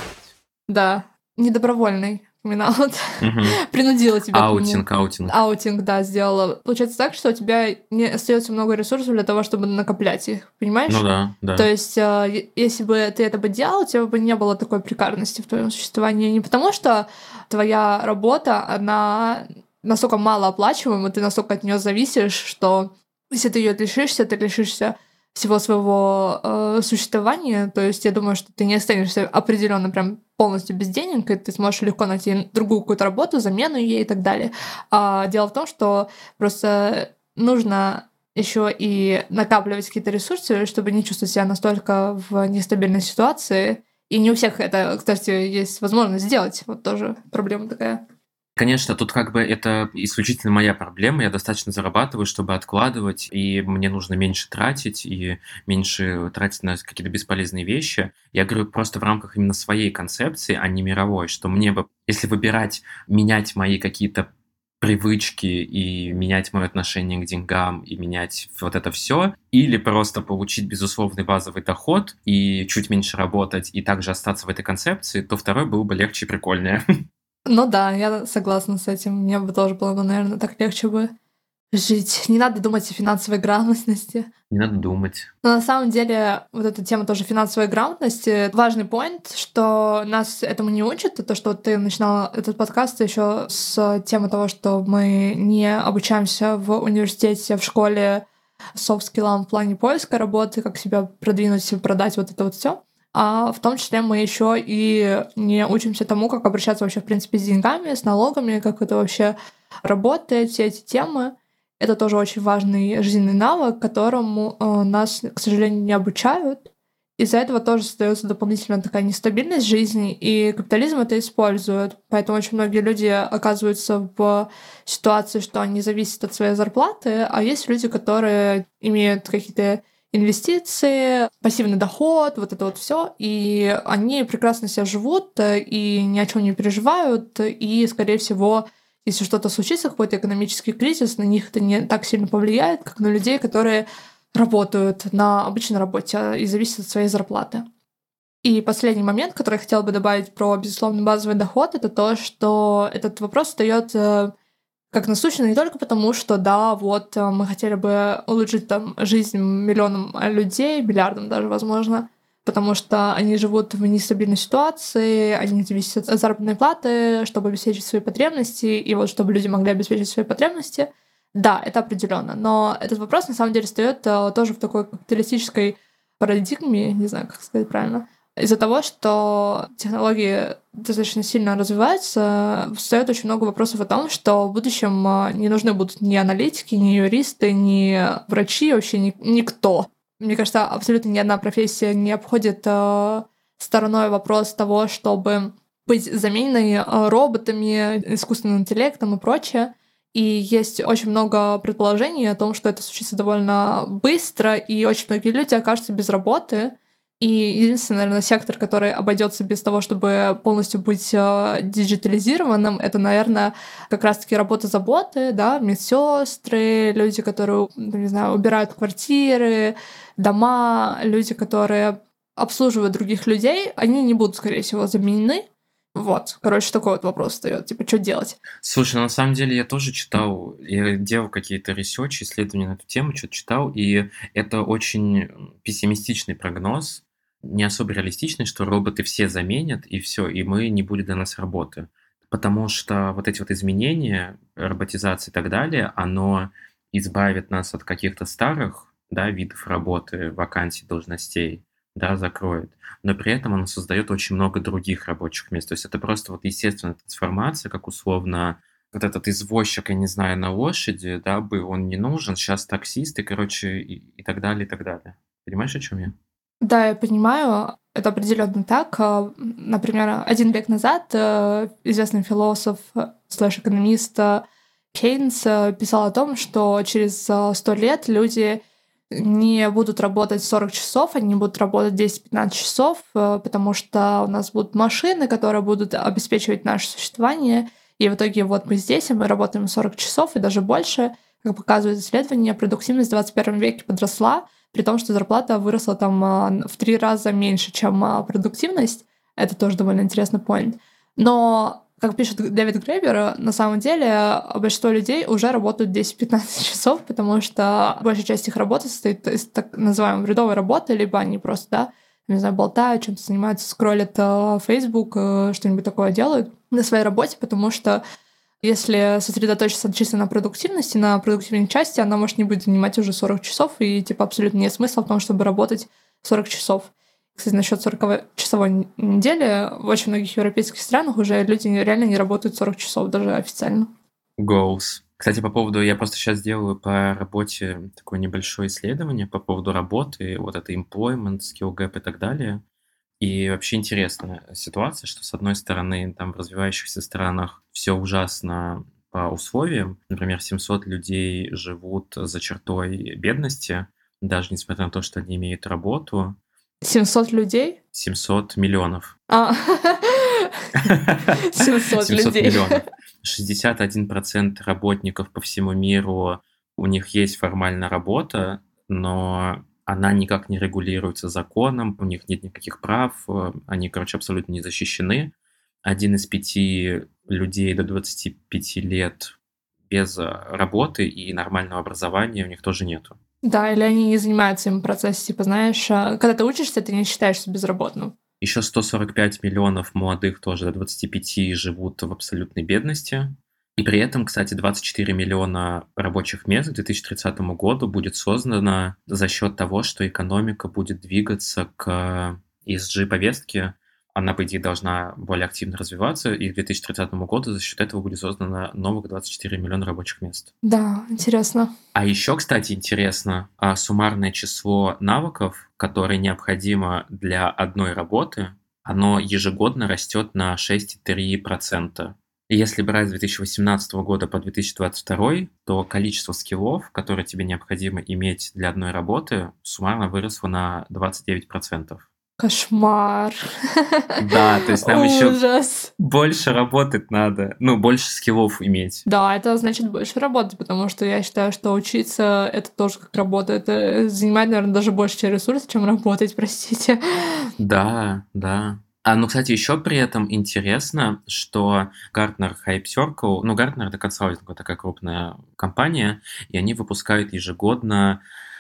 Да, недобровольный камин-аут. Принудила тебя
Аутинг.
Аутинг, да, сделала. Получается так, что у тебя не остается много ресурсов для того, чтобы накоплять их, понимаешь?
Ну да.
То есть, если бы ты это бы делал, у тебя бы не было такой прекарности в твоем существовании. Не потому, что твоя работа, она настолько малооплачиваема, ты настолько от нее зависишь, что если ты ее лишишься, ты лишишься всего своего существования. То есть я думаю, что ты не останешься определенно прям полностью без денег, и ты сможешь легко найти другую какую-то работу, замену ей и так далее. А дело в том, что просто нужно еще и накапливать какие-то ресурсы, чтобы не чувствовать себя настолько в нестабильной ситуации. И не у всех это, кстати, есть возможность сделать. Вот тоже проблема такая.
Конечно, тут как бы это исключительно моя проблема. Я достаточно зарабатываю, чтобы откладывать, и мне нужно меньше тратить, и меньше тратить на какие-то бесполезные вещи. Я говорю просто в рамках именно своей концепции, а не мировой, что мне бы, если выбирать, менять мои какие-то привычки и менять мое отношение к деньгам, и менять вот это все, или просто получить безусловный базовый доход и чуть меньше работать, и также остаться в этой концепции, то второй был бы легче и прикольнее.
Ну да, я согласна с этим. Мне бы тоже было бы, наверное, так легче бы жить. Не надо думать о финансовой грамотности.
Не надо думать.
Но на самом деле вот эта тема тоже финансовой грамотности важный поинт, что нас этому не учат. Это то, что ты начинала этот подкаст еще с темы того, что мы не обучаемся в университете, в школе софт-скиллам в плане поиска работы, как себя продвинуть, продать, вот это вот все. А в том числе мы еще и не учимся тому, как обращаться вообще, в принципе, с деньгами, с налогами, как это вообще работает, все эти темы. Это тоже очень важный жизненный навык, которому нас, к сожалению, не обучают. Из-за этого тоже создается дополнительная такая нестабильность жизни, и капитализм это использует. Поэтому очень многие люди оказываются в ситуации, что они зависят от своей зарплаты, а есть люди, которые имеют какие-то инвестиции, пассивный доход, вот это вот все, и они прекрасно себя живут и ни о чем не переживают, и, скорее всего, если что-то случится, какой-то экономический кризис, на них это не так сильно повлияет, как на людей, которые работают на обычной работе и зависят от своей зарплаты. И последний момент, который я хотела бы добавить про безусловный базовый доход, это то, что этот вопрос встает как насущный не только потому, что да, вот мы хотели бы улучшить там жизнь миллионам людей, миллиардам даже, возможно, потому что они живут в нестабильной ситуации, они зависят от заработной платы, чтобы обеспечить свои потребности, и вот чтобы люди могли обеспечить свои потребности. Да, это определенно. Но этот вопрос на самом деле встает тоже в такой капиталистической парадигме, не знаю, как сказать правильно, из-за того, что технологии достаточно сильно развиваются, встает очень много вопросов о том, что в будущем не нужны будут ни аналитики, ни юристы, ни врачи, вообще никто. Мне кажется, абсолютно ни одна профессия не обходит стороной вопрос того, чтобы быть замененной роботами, искусственным интеллектом и прочее. И есть очень много предположений о том, что это случится довольно быстро, и очень многие люди окажутся без работы. И единственный, наверное, сектор, который обойдется без того, чтобы полностью быть диджитализированным, это, наверное, как раз-таки работа заботы, да, медсестры, люди, которые, не знаю, убирают квартиры, дома, люди, которые обслуживают других людей, они не будут, скорее всего, заменены. Вот, короче, такой вот вопрос встает, типа, что делать?
Слушай, на самом деле я тоже читал, я делал какие-то ресерчи, исследования на эту тему, что-то читал, и это очень пессимистичный прогноз, не особо реалистичный, что роботы все заменят, и все, и мы не будет для нас работы. Потому что вот эти вот изменения, роботизация и так далее, оно избавит нас от каких-то старых, да, видов работы, вакансий, должностей, да, закроет. Но при этом оно создает очень много других рабочих мест. То есть это просто вот естественная трансформация, как условно вот этот извозчик, я не знаю, на лошади, да, был, он не нужен, сейчас таксист, и, короче, и так далее, и так далее. Понимаешь, о чем я?
Да, я понимаю, это определенно так. Например, 1 век назад известный философ /экономист Кейнс писал о том, что через 100 лет люди не будут работать 40 часов, они будут работать 10-15 часов, потому что у нас будут машины, которые будут обеспечивать наше существование. И в итоге вот мы здесь, и мы работаем 40 часов и даже больше. Как показывает исследование, продуктивность в 21 веке подросла, при том, что зарплата выросла там в 3 раза меньше, чем продуктивность. Это тоже довольно интересный поинт. Но, как пишет Дэвид Грейбер, на самом деле большинство людей уже работают 10-15 часов, потому что большая часть их работы состоит из так называемой рядовой работы, либо они просто, да, не знаю, болтают, чем-то занимаются, скроллят Facebook, что-нибудь такое делают на своей работе, потому что если сосредоточиться чисто на продуктивности, на продуктивной части, она может не будет занимать уже 40 часов, и типа абсолютно нет смысла в том, чтобы работать 40 часов. Кстати, насчет 40-часовой недели, в очень многих европейских странах уже люди реально не работают 40 часов, даже официально.
Goals. Кстати, по поводу, я просто сейчас делаю по работе такое небольшое исследование по поводу работы, вот это employment, skill gap и так далее. И вообще интересная ситуация, что с одной стороны, там в развивающихся странах все ужасно по условиям. Например, 700 людей живут за чертой бедности, даже несмотря на то, что они имеют работу.
700 людей?
700 миллионов.
700 людей.
миллионов. 61% работников по всему миру, у них есть формальная работа, но она никак не регулируется законом, у них нет никаких прав, они, короче, абсолютно не защищены. 1 из 5 людей до 25 лет без работы и нормального образования у них тоже нету.
Да, или они не занимаются им в процессе, типа, знаешь, когда ты учишься, ты не считаешься безработным.
Еще 145 миллионов молодых тоже до 25 живут в абсолютной бедности. И при этом, кстати, 24 миллиона рабочих мест к 2030 году будет создано за счет того, что экономика будет двигаться к ESG-повестке. Она, по идее, должна более активно развиваться, и к 2030 году за счет этого будет создано новых 24 миллиона рабочих мест.
Да, интересно.
А еще, кстати, интересно, суммарное число навыков, которые необходимо для одной работы, оно ежегодно растет на 6,3%. И если брать с 2018 года по 2022, то количество скиллов, которые тебе необходимо иметь для одной работы, суммарно выросло на 29%.
Кошмар.
Да, то есть нам еще
Ужас.
больше работать надо, больше скиллов иметь.
Да, это значит больше работать, потому что я считаю, что учиться — это тоже как работа. Это занимает, наверное, даже больше ресурсов, чем работать, простите.
Да, да. Кстати, еще при этом интересно, что Gartner Hype Circle, Gartner — это консалтинг, такая крупная компания, и они выпускают ежегодно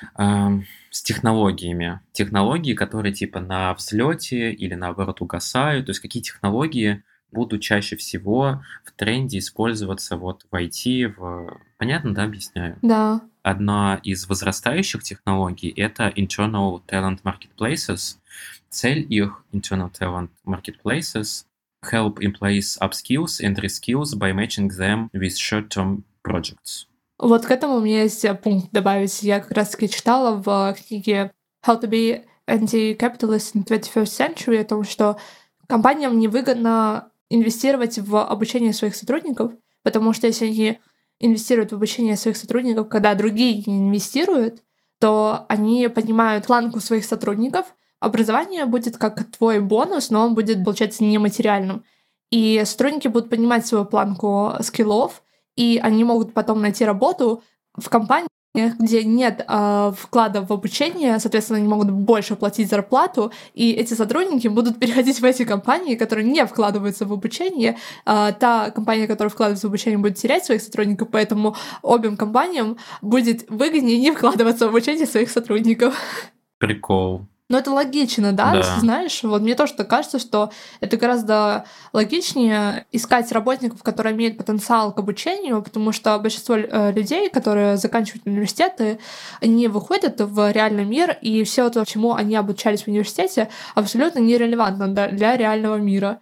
с технологиями. Технологии, которые типа на взлете или наоборот угасают. То есть какие технологии будут чаще всего в тренде использоваться вот в IT, Понятно, да, объясняю?
Да.
Одна из возрастающих технологий — это Internal Talent Marketplaces. Цель их Internal Talent Marketplaces — help employees upskills and reskills by matching them with short-term projects.
Вот к этому у меня есть пункт добавить. Я как раз-таки читала в книге How to be Anti-Capitalist in 21st Century о том, что компаниям невыгодно инвестировать в обучение своих сотрудников, потому что если они инвестируют в обучение своих сотрудников, когда другие не инвестируют, то они поднимают планку своих сотрудников. Образование будет как твой бонус, но он будет, получается, нематериальным. И сотрудники будут поднимать свою планку скиллов, и они могут потом найти работу в компании, где нет вклада в обучение, соответственно, они могут больше платить зарплату, и эти сотрудники будут переходить в эти компании, которые не вкладываются в обучение. Та компания, которая вкладывается в обучение, будет терять своих сотрудников, поэтому обеим компаниям будет выгоднее не вкладываться в обучение своих сотрудников.
Прикол.
Но это логично, да?
Да.
Знаешь, вот мне тоже так кажется, что это гораздо логичнее искать работников, которые имеют потенциал к обучению, потому что большинство людей, которые заканчивают университеты, они выходят в реальный мир, и все то, чему они обучались в университете, абсолютно нерелевантно для реального мира.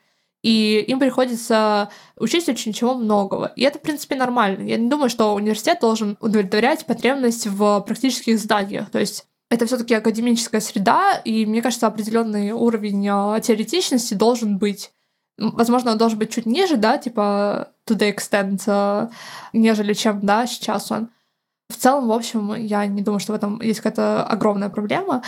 И им приходится учить очень чего многого. И это, в принципе, нормально. Я не думаю, что университет должен удовлетворять потребность в практических знаниях. То есть это все-таки академическая среда, и мне кажется, определенный уровень теоретичности должен быть. Возможно, он должен быть чуть ниже, да, типа to the extent, нежели чем, да, сейчас он. В целом, в общем, я не думаю, что в этом есть какая-то огромная проблема,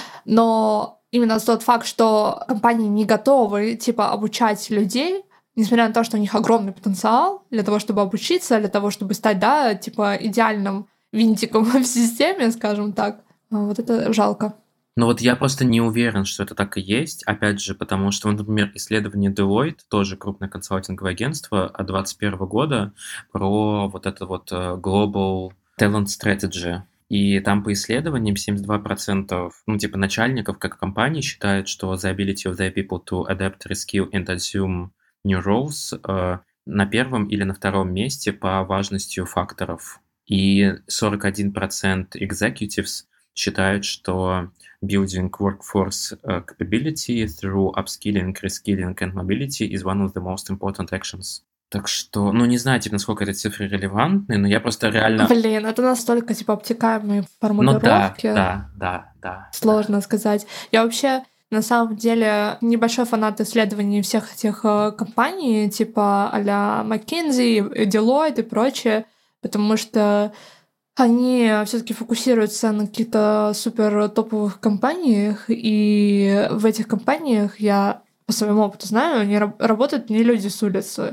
но именно тот факт, что компании не готовы, типа, обучать людей, несмотря на то, что у них огромный потенциал для того, чтобы обучиться, для того, чтобы стать, да, типа, идеальным винтиком в системе, скажем так, вот это жалко.
Вот я просто не уверен, что это так и есть. Опять же, потому что, например, исследование Deloitte, тоже крупное консалтинговое агентство от 2021 года, про вот это вот Global Talent Strategy. И там по исследованиям 72% начальников как компании считают, что the ability of their people to adapt, reskill and assume new roles на первом или на втором месте по важности факторов. И 41% executives считают, что building workforce capability through upskilling, reskilling and mobility is one of the most important actions. Так что, не знаю, насколько эти цифры релевантны, но я просто реально...
Блин, это настолько, обтекаемые формулировки.
Да.
Сложно сказать. Я вообще, на самом деле, небольшой фанат исследований всех этих компаний, типа а-ля McKinsey, Deloitte и прочее, потому что они все-таки фокусируются на каких-то супер топовых компаниях, и в этих компаниях, я по своему опыту знаю, они работают не люди с улицы.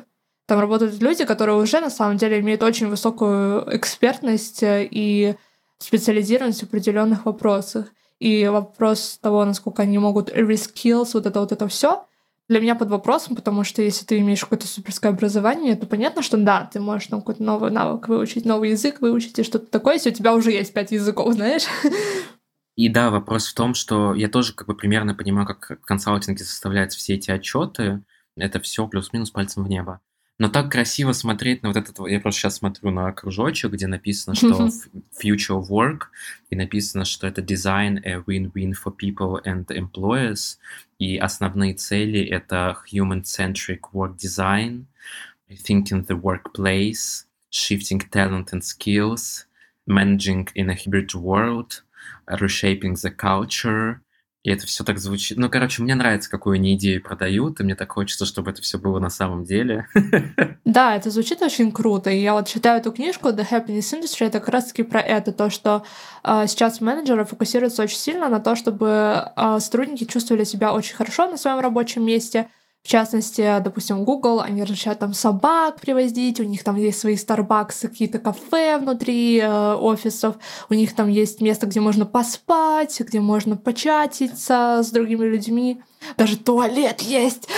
Там работают люди, которые уже на самом деле имеют очень высокую экспертность и специализированность в определенных вопросах. И вопрос того, насколько они могут reskills, вот это все, для меня под вопросом, потому что если ты имеешь какое-то суперское образование, то понятно, что да, ты можешь там какой-то новый навык выучить, новый язык выучить и что-то такое, если у тебя уже есть 5 языков, знаешь.
И да, вопрос в том, что я тоже как бы примерно понимаю, как в консалтинге составляются все эти отчеты. Это все плюс-минус пальцем в небо. Но так красиво смотреть на вот этот... Я просто сейчас смотрю на кружочек, где написано, что future work, и написано, что это design a win-win for people and employers, и основные цели — это human-centric work design, thinking the workplace, shifting talent and skills, managing in a hybrid world, reshaping the culture. И это все так звучит. Ну, короче, мне нравится, какую они идею продают, и мне так хочется, чтобы это все было на самом деле.
Да, это звучит очень круто. И я вот читаю эту книжку The Happiness Industry, это как раз-таки про это, то, что сейчас менеджеры фокусируются очень сильно на то, чтобы сотрудники чувствовали себя очень хорошо на своем рабочем месте. В частности, допустим, Google, они разрешают там собак привозить, у них там есть свои Starbucks, какие-то кафе внутри офисов, у них там есть место, где можно поспать, где можно початиться с другими людьми, даже туалет есть.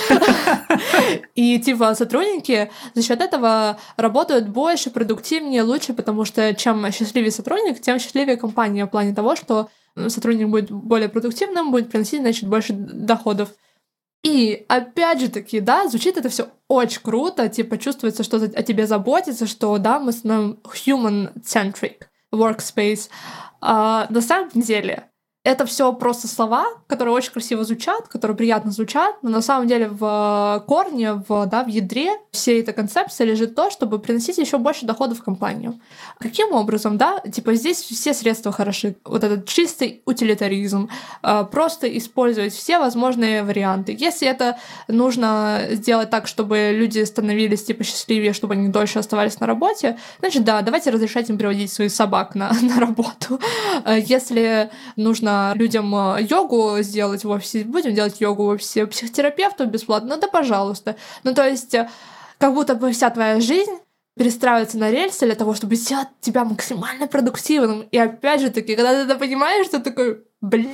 И типа сотрудники за счет этого работают больше, продуктивнее, лучше, потому что чем счастливее сотрудник, тем счастливее компания в плане того, что сотрудник будет более продуктивным, будет приносить, значит, больше доходов. И опять же таки, да, звучит это все очень круто, типа чувствуется, что о тебе заботится, что да, мы становимся human-centric workspace. На самом деле это все просто слова, которые очень красиво звучат, которые приятно звучат, но на самом деле в корне, в ядре всей этой концепции лежит то, чтобы приносить еще больше доходов в компанию. Каким образом, да? Типа здесь все средства хороши. Вот этот чистый утилитаризм. Просто использовать все возможные варианты. Если это нужно сделать так, чтобы люди становились типа счастливее, чтобы они дольше оставались на работе, значит, да, давайте разрешать им приводить своих собак на работу. Если нужно людям йогу сделать в офисе, будем делать йогу в офисе, психотерапевту бесплатно, да, пожалуйста. Ну, то есть, как будто бы вся твоя жизнь перестраивается на рельсы для того, чтобы сделать тебя максимально продуктивным. И опять же таки, когда ты это понимаешь, ты такой, блин,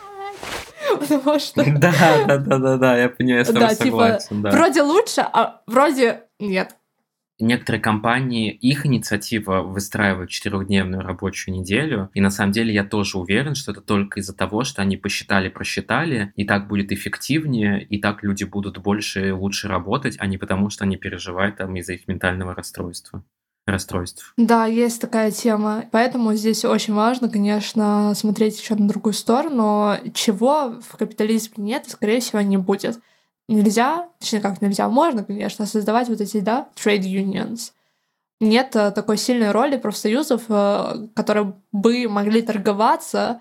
потому что...
Да, я понимаю, я с тобой согласен, да.
Вроде лучше, а вроде нет.
Некоторые компании, их инициатива выстраивает 4-дневную рабочую неделю, и на самом деле я тоже уверен, что это только из-за того, что они посчитали, и так будет эффективнее, и так люди будут больше и лучше работать, а не потому, что они переживают там из-за их ментального расстройств.
Да, есть такая тема. Поэтому здесь очень важно, конечно, смотреть еще на другую сторону, чего в капитализме нет и, скорее всего, не будет. Нельзя, точнее, как нельзя, можно, конечно, создавать вот эти, да, trade unions. Нет такой сильной роли профсоюзов, которые бы могли торговаться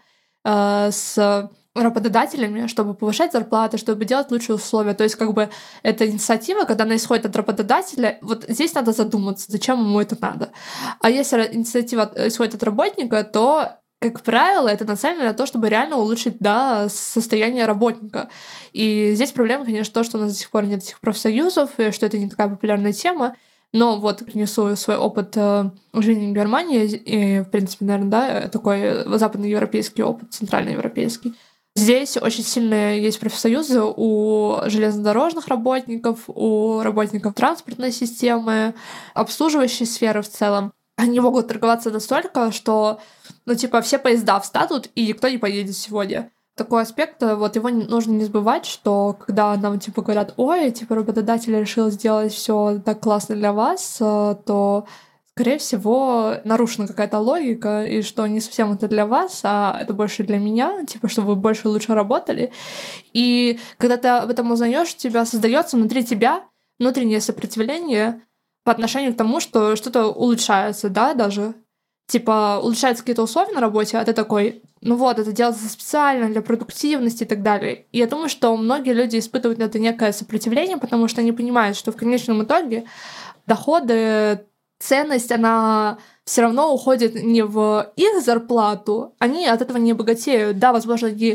с работодателями, чтобы повышать зарплаты, чтобы делать лучшие условия. То есть, как бы, эта инициатива, когда она исходит от работодателя, вот здесь надо задуматься, зачем ему это надо. А если инициатива исходит от работника, то как правило, это нацелено на то, чтобы реально улучшить, да, состояние работника. И здесь проблема, конечно, то, что у нас до сих пор нет этих профсоюзов, и что это не такая популярная тема. Но вот принесу свой опыт жизни в Германии, и, в принципе, наверное, да, такой западноевропейский опыт, центральноевропейский. Здесь очень сильные есть профсоюзы у железнодорожных работников, у работников транспортной системы, обслуживающей сферы в целом. Они могут торговаться настолько, что, ну, типа, все поезда встанут, и никто не поедет сегодня. Такой аспект, вот его нужно не забывать, что когда нам, типа, говорят, ой, типа, работодатель решил сделать все так классно для вас, то, скорее всего, нарушена какая-то логика, и что не совсем это для вас, а это больше для меня, типа, чтобы вы больше и лучше работали. И когда ты об этом узнаешь, у тебя создается внутри тебя внутреннее сопротивление по отношению к тому, что что-то улучшается, да, даже. Типа, улучшаются какие-то условия на работе, а ты такой, ну вот, это делается специально для продуктивности и так далее. И я думаю, что многие люди испытывают это некое сопротивление, потому что они понимают, что в конечном итоге доходы, ценность, она все равно уходит не в их зарплату, они от этого не богатеют. Да, возможно, они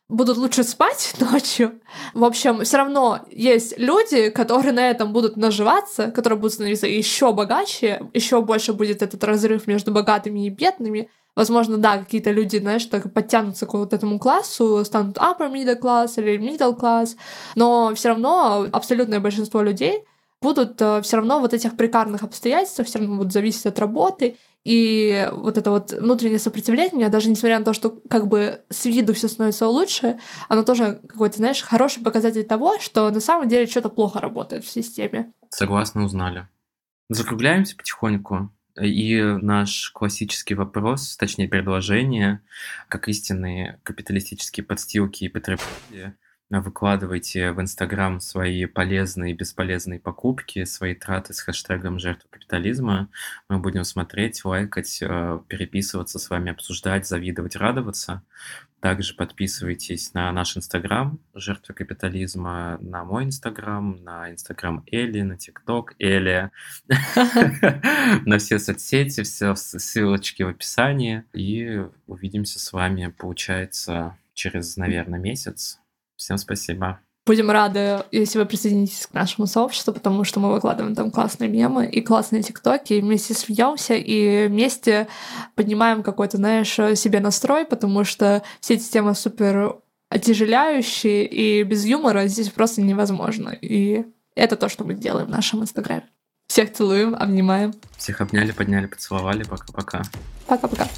будут лучше спать ночью. В общем, все равно есть люди, которые на этом будут наживаться, которые будут становиться еще богаче, еще больше будет этот разрыв между богатыми и бедными. Возможно, да, какие-то люди, знаешь, так подтянутся к вот этому классу, станут upper middle class или middle class, но все равно абсолютное большинство людей будут все равно вот этих прекарных обстоятельствах, все равно будут зависеть от работы. И вот это вот внутреннее сопротивление, даже несмотря на то, что как бы с виду все становится лучше, оно тоже какой-то, знаешь, хороший показатель того, что на самом деле что-то плохо работает в системе.
Согласно, узнали. Закругляемся потихоньку. И наш классический вопрос, точнее предложение, как истинные капиталистические подстилки и потребители, выкладывайте в Инстаграм свои полезные и бесполезные покупки, свои траты с хэштегом «Жертва капитализма». Мы будем смотреть, лайкать, переписываться с вами, обсуждать, завидовать, радоваться. Также подписывайтесь на наш Инстаграм «Жертва капитализма», на мой Инстаграм, на Инстаграм Эли, на ТикТок Эли, на все соцсети, все ссылочки в описании. И увидимся с вами, получается, через, наверное, месяц. Всем спасибо.
Будем рады, если вы присоединитесь к нашему сообществу, потому что мы выкладываем там классные мемы и классные тиктоки, и вместе смеемся, и вместе поднимаем какой-то, знаешь, себе настрой, потому что все эти темы супер отяжеляющие, и без юмора здесь просто невозможно. И это то, что мы делаем в нашем Инстаграме. Всех целуем, обнимаем.
Всех обняли, подняли, поцеловали. Пока-пока.
Пока-пока.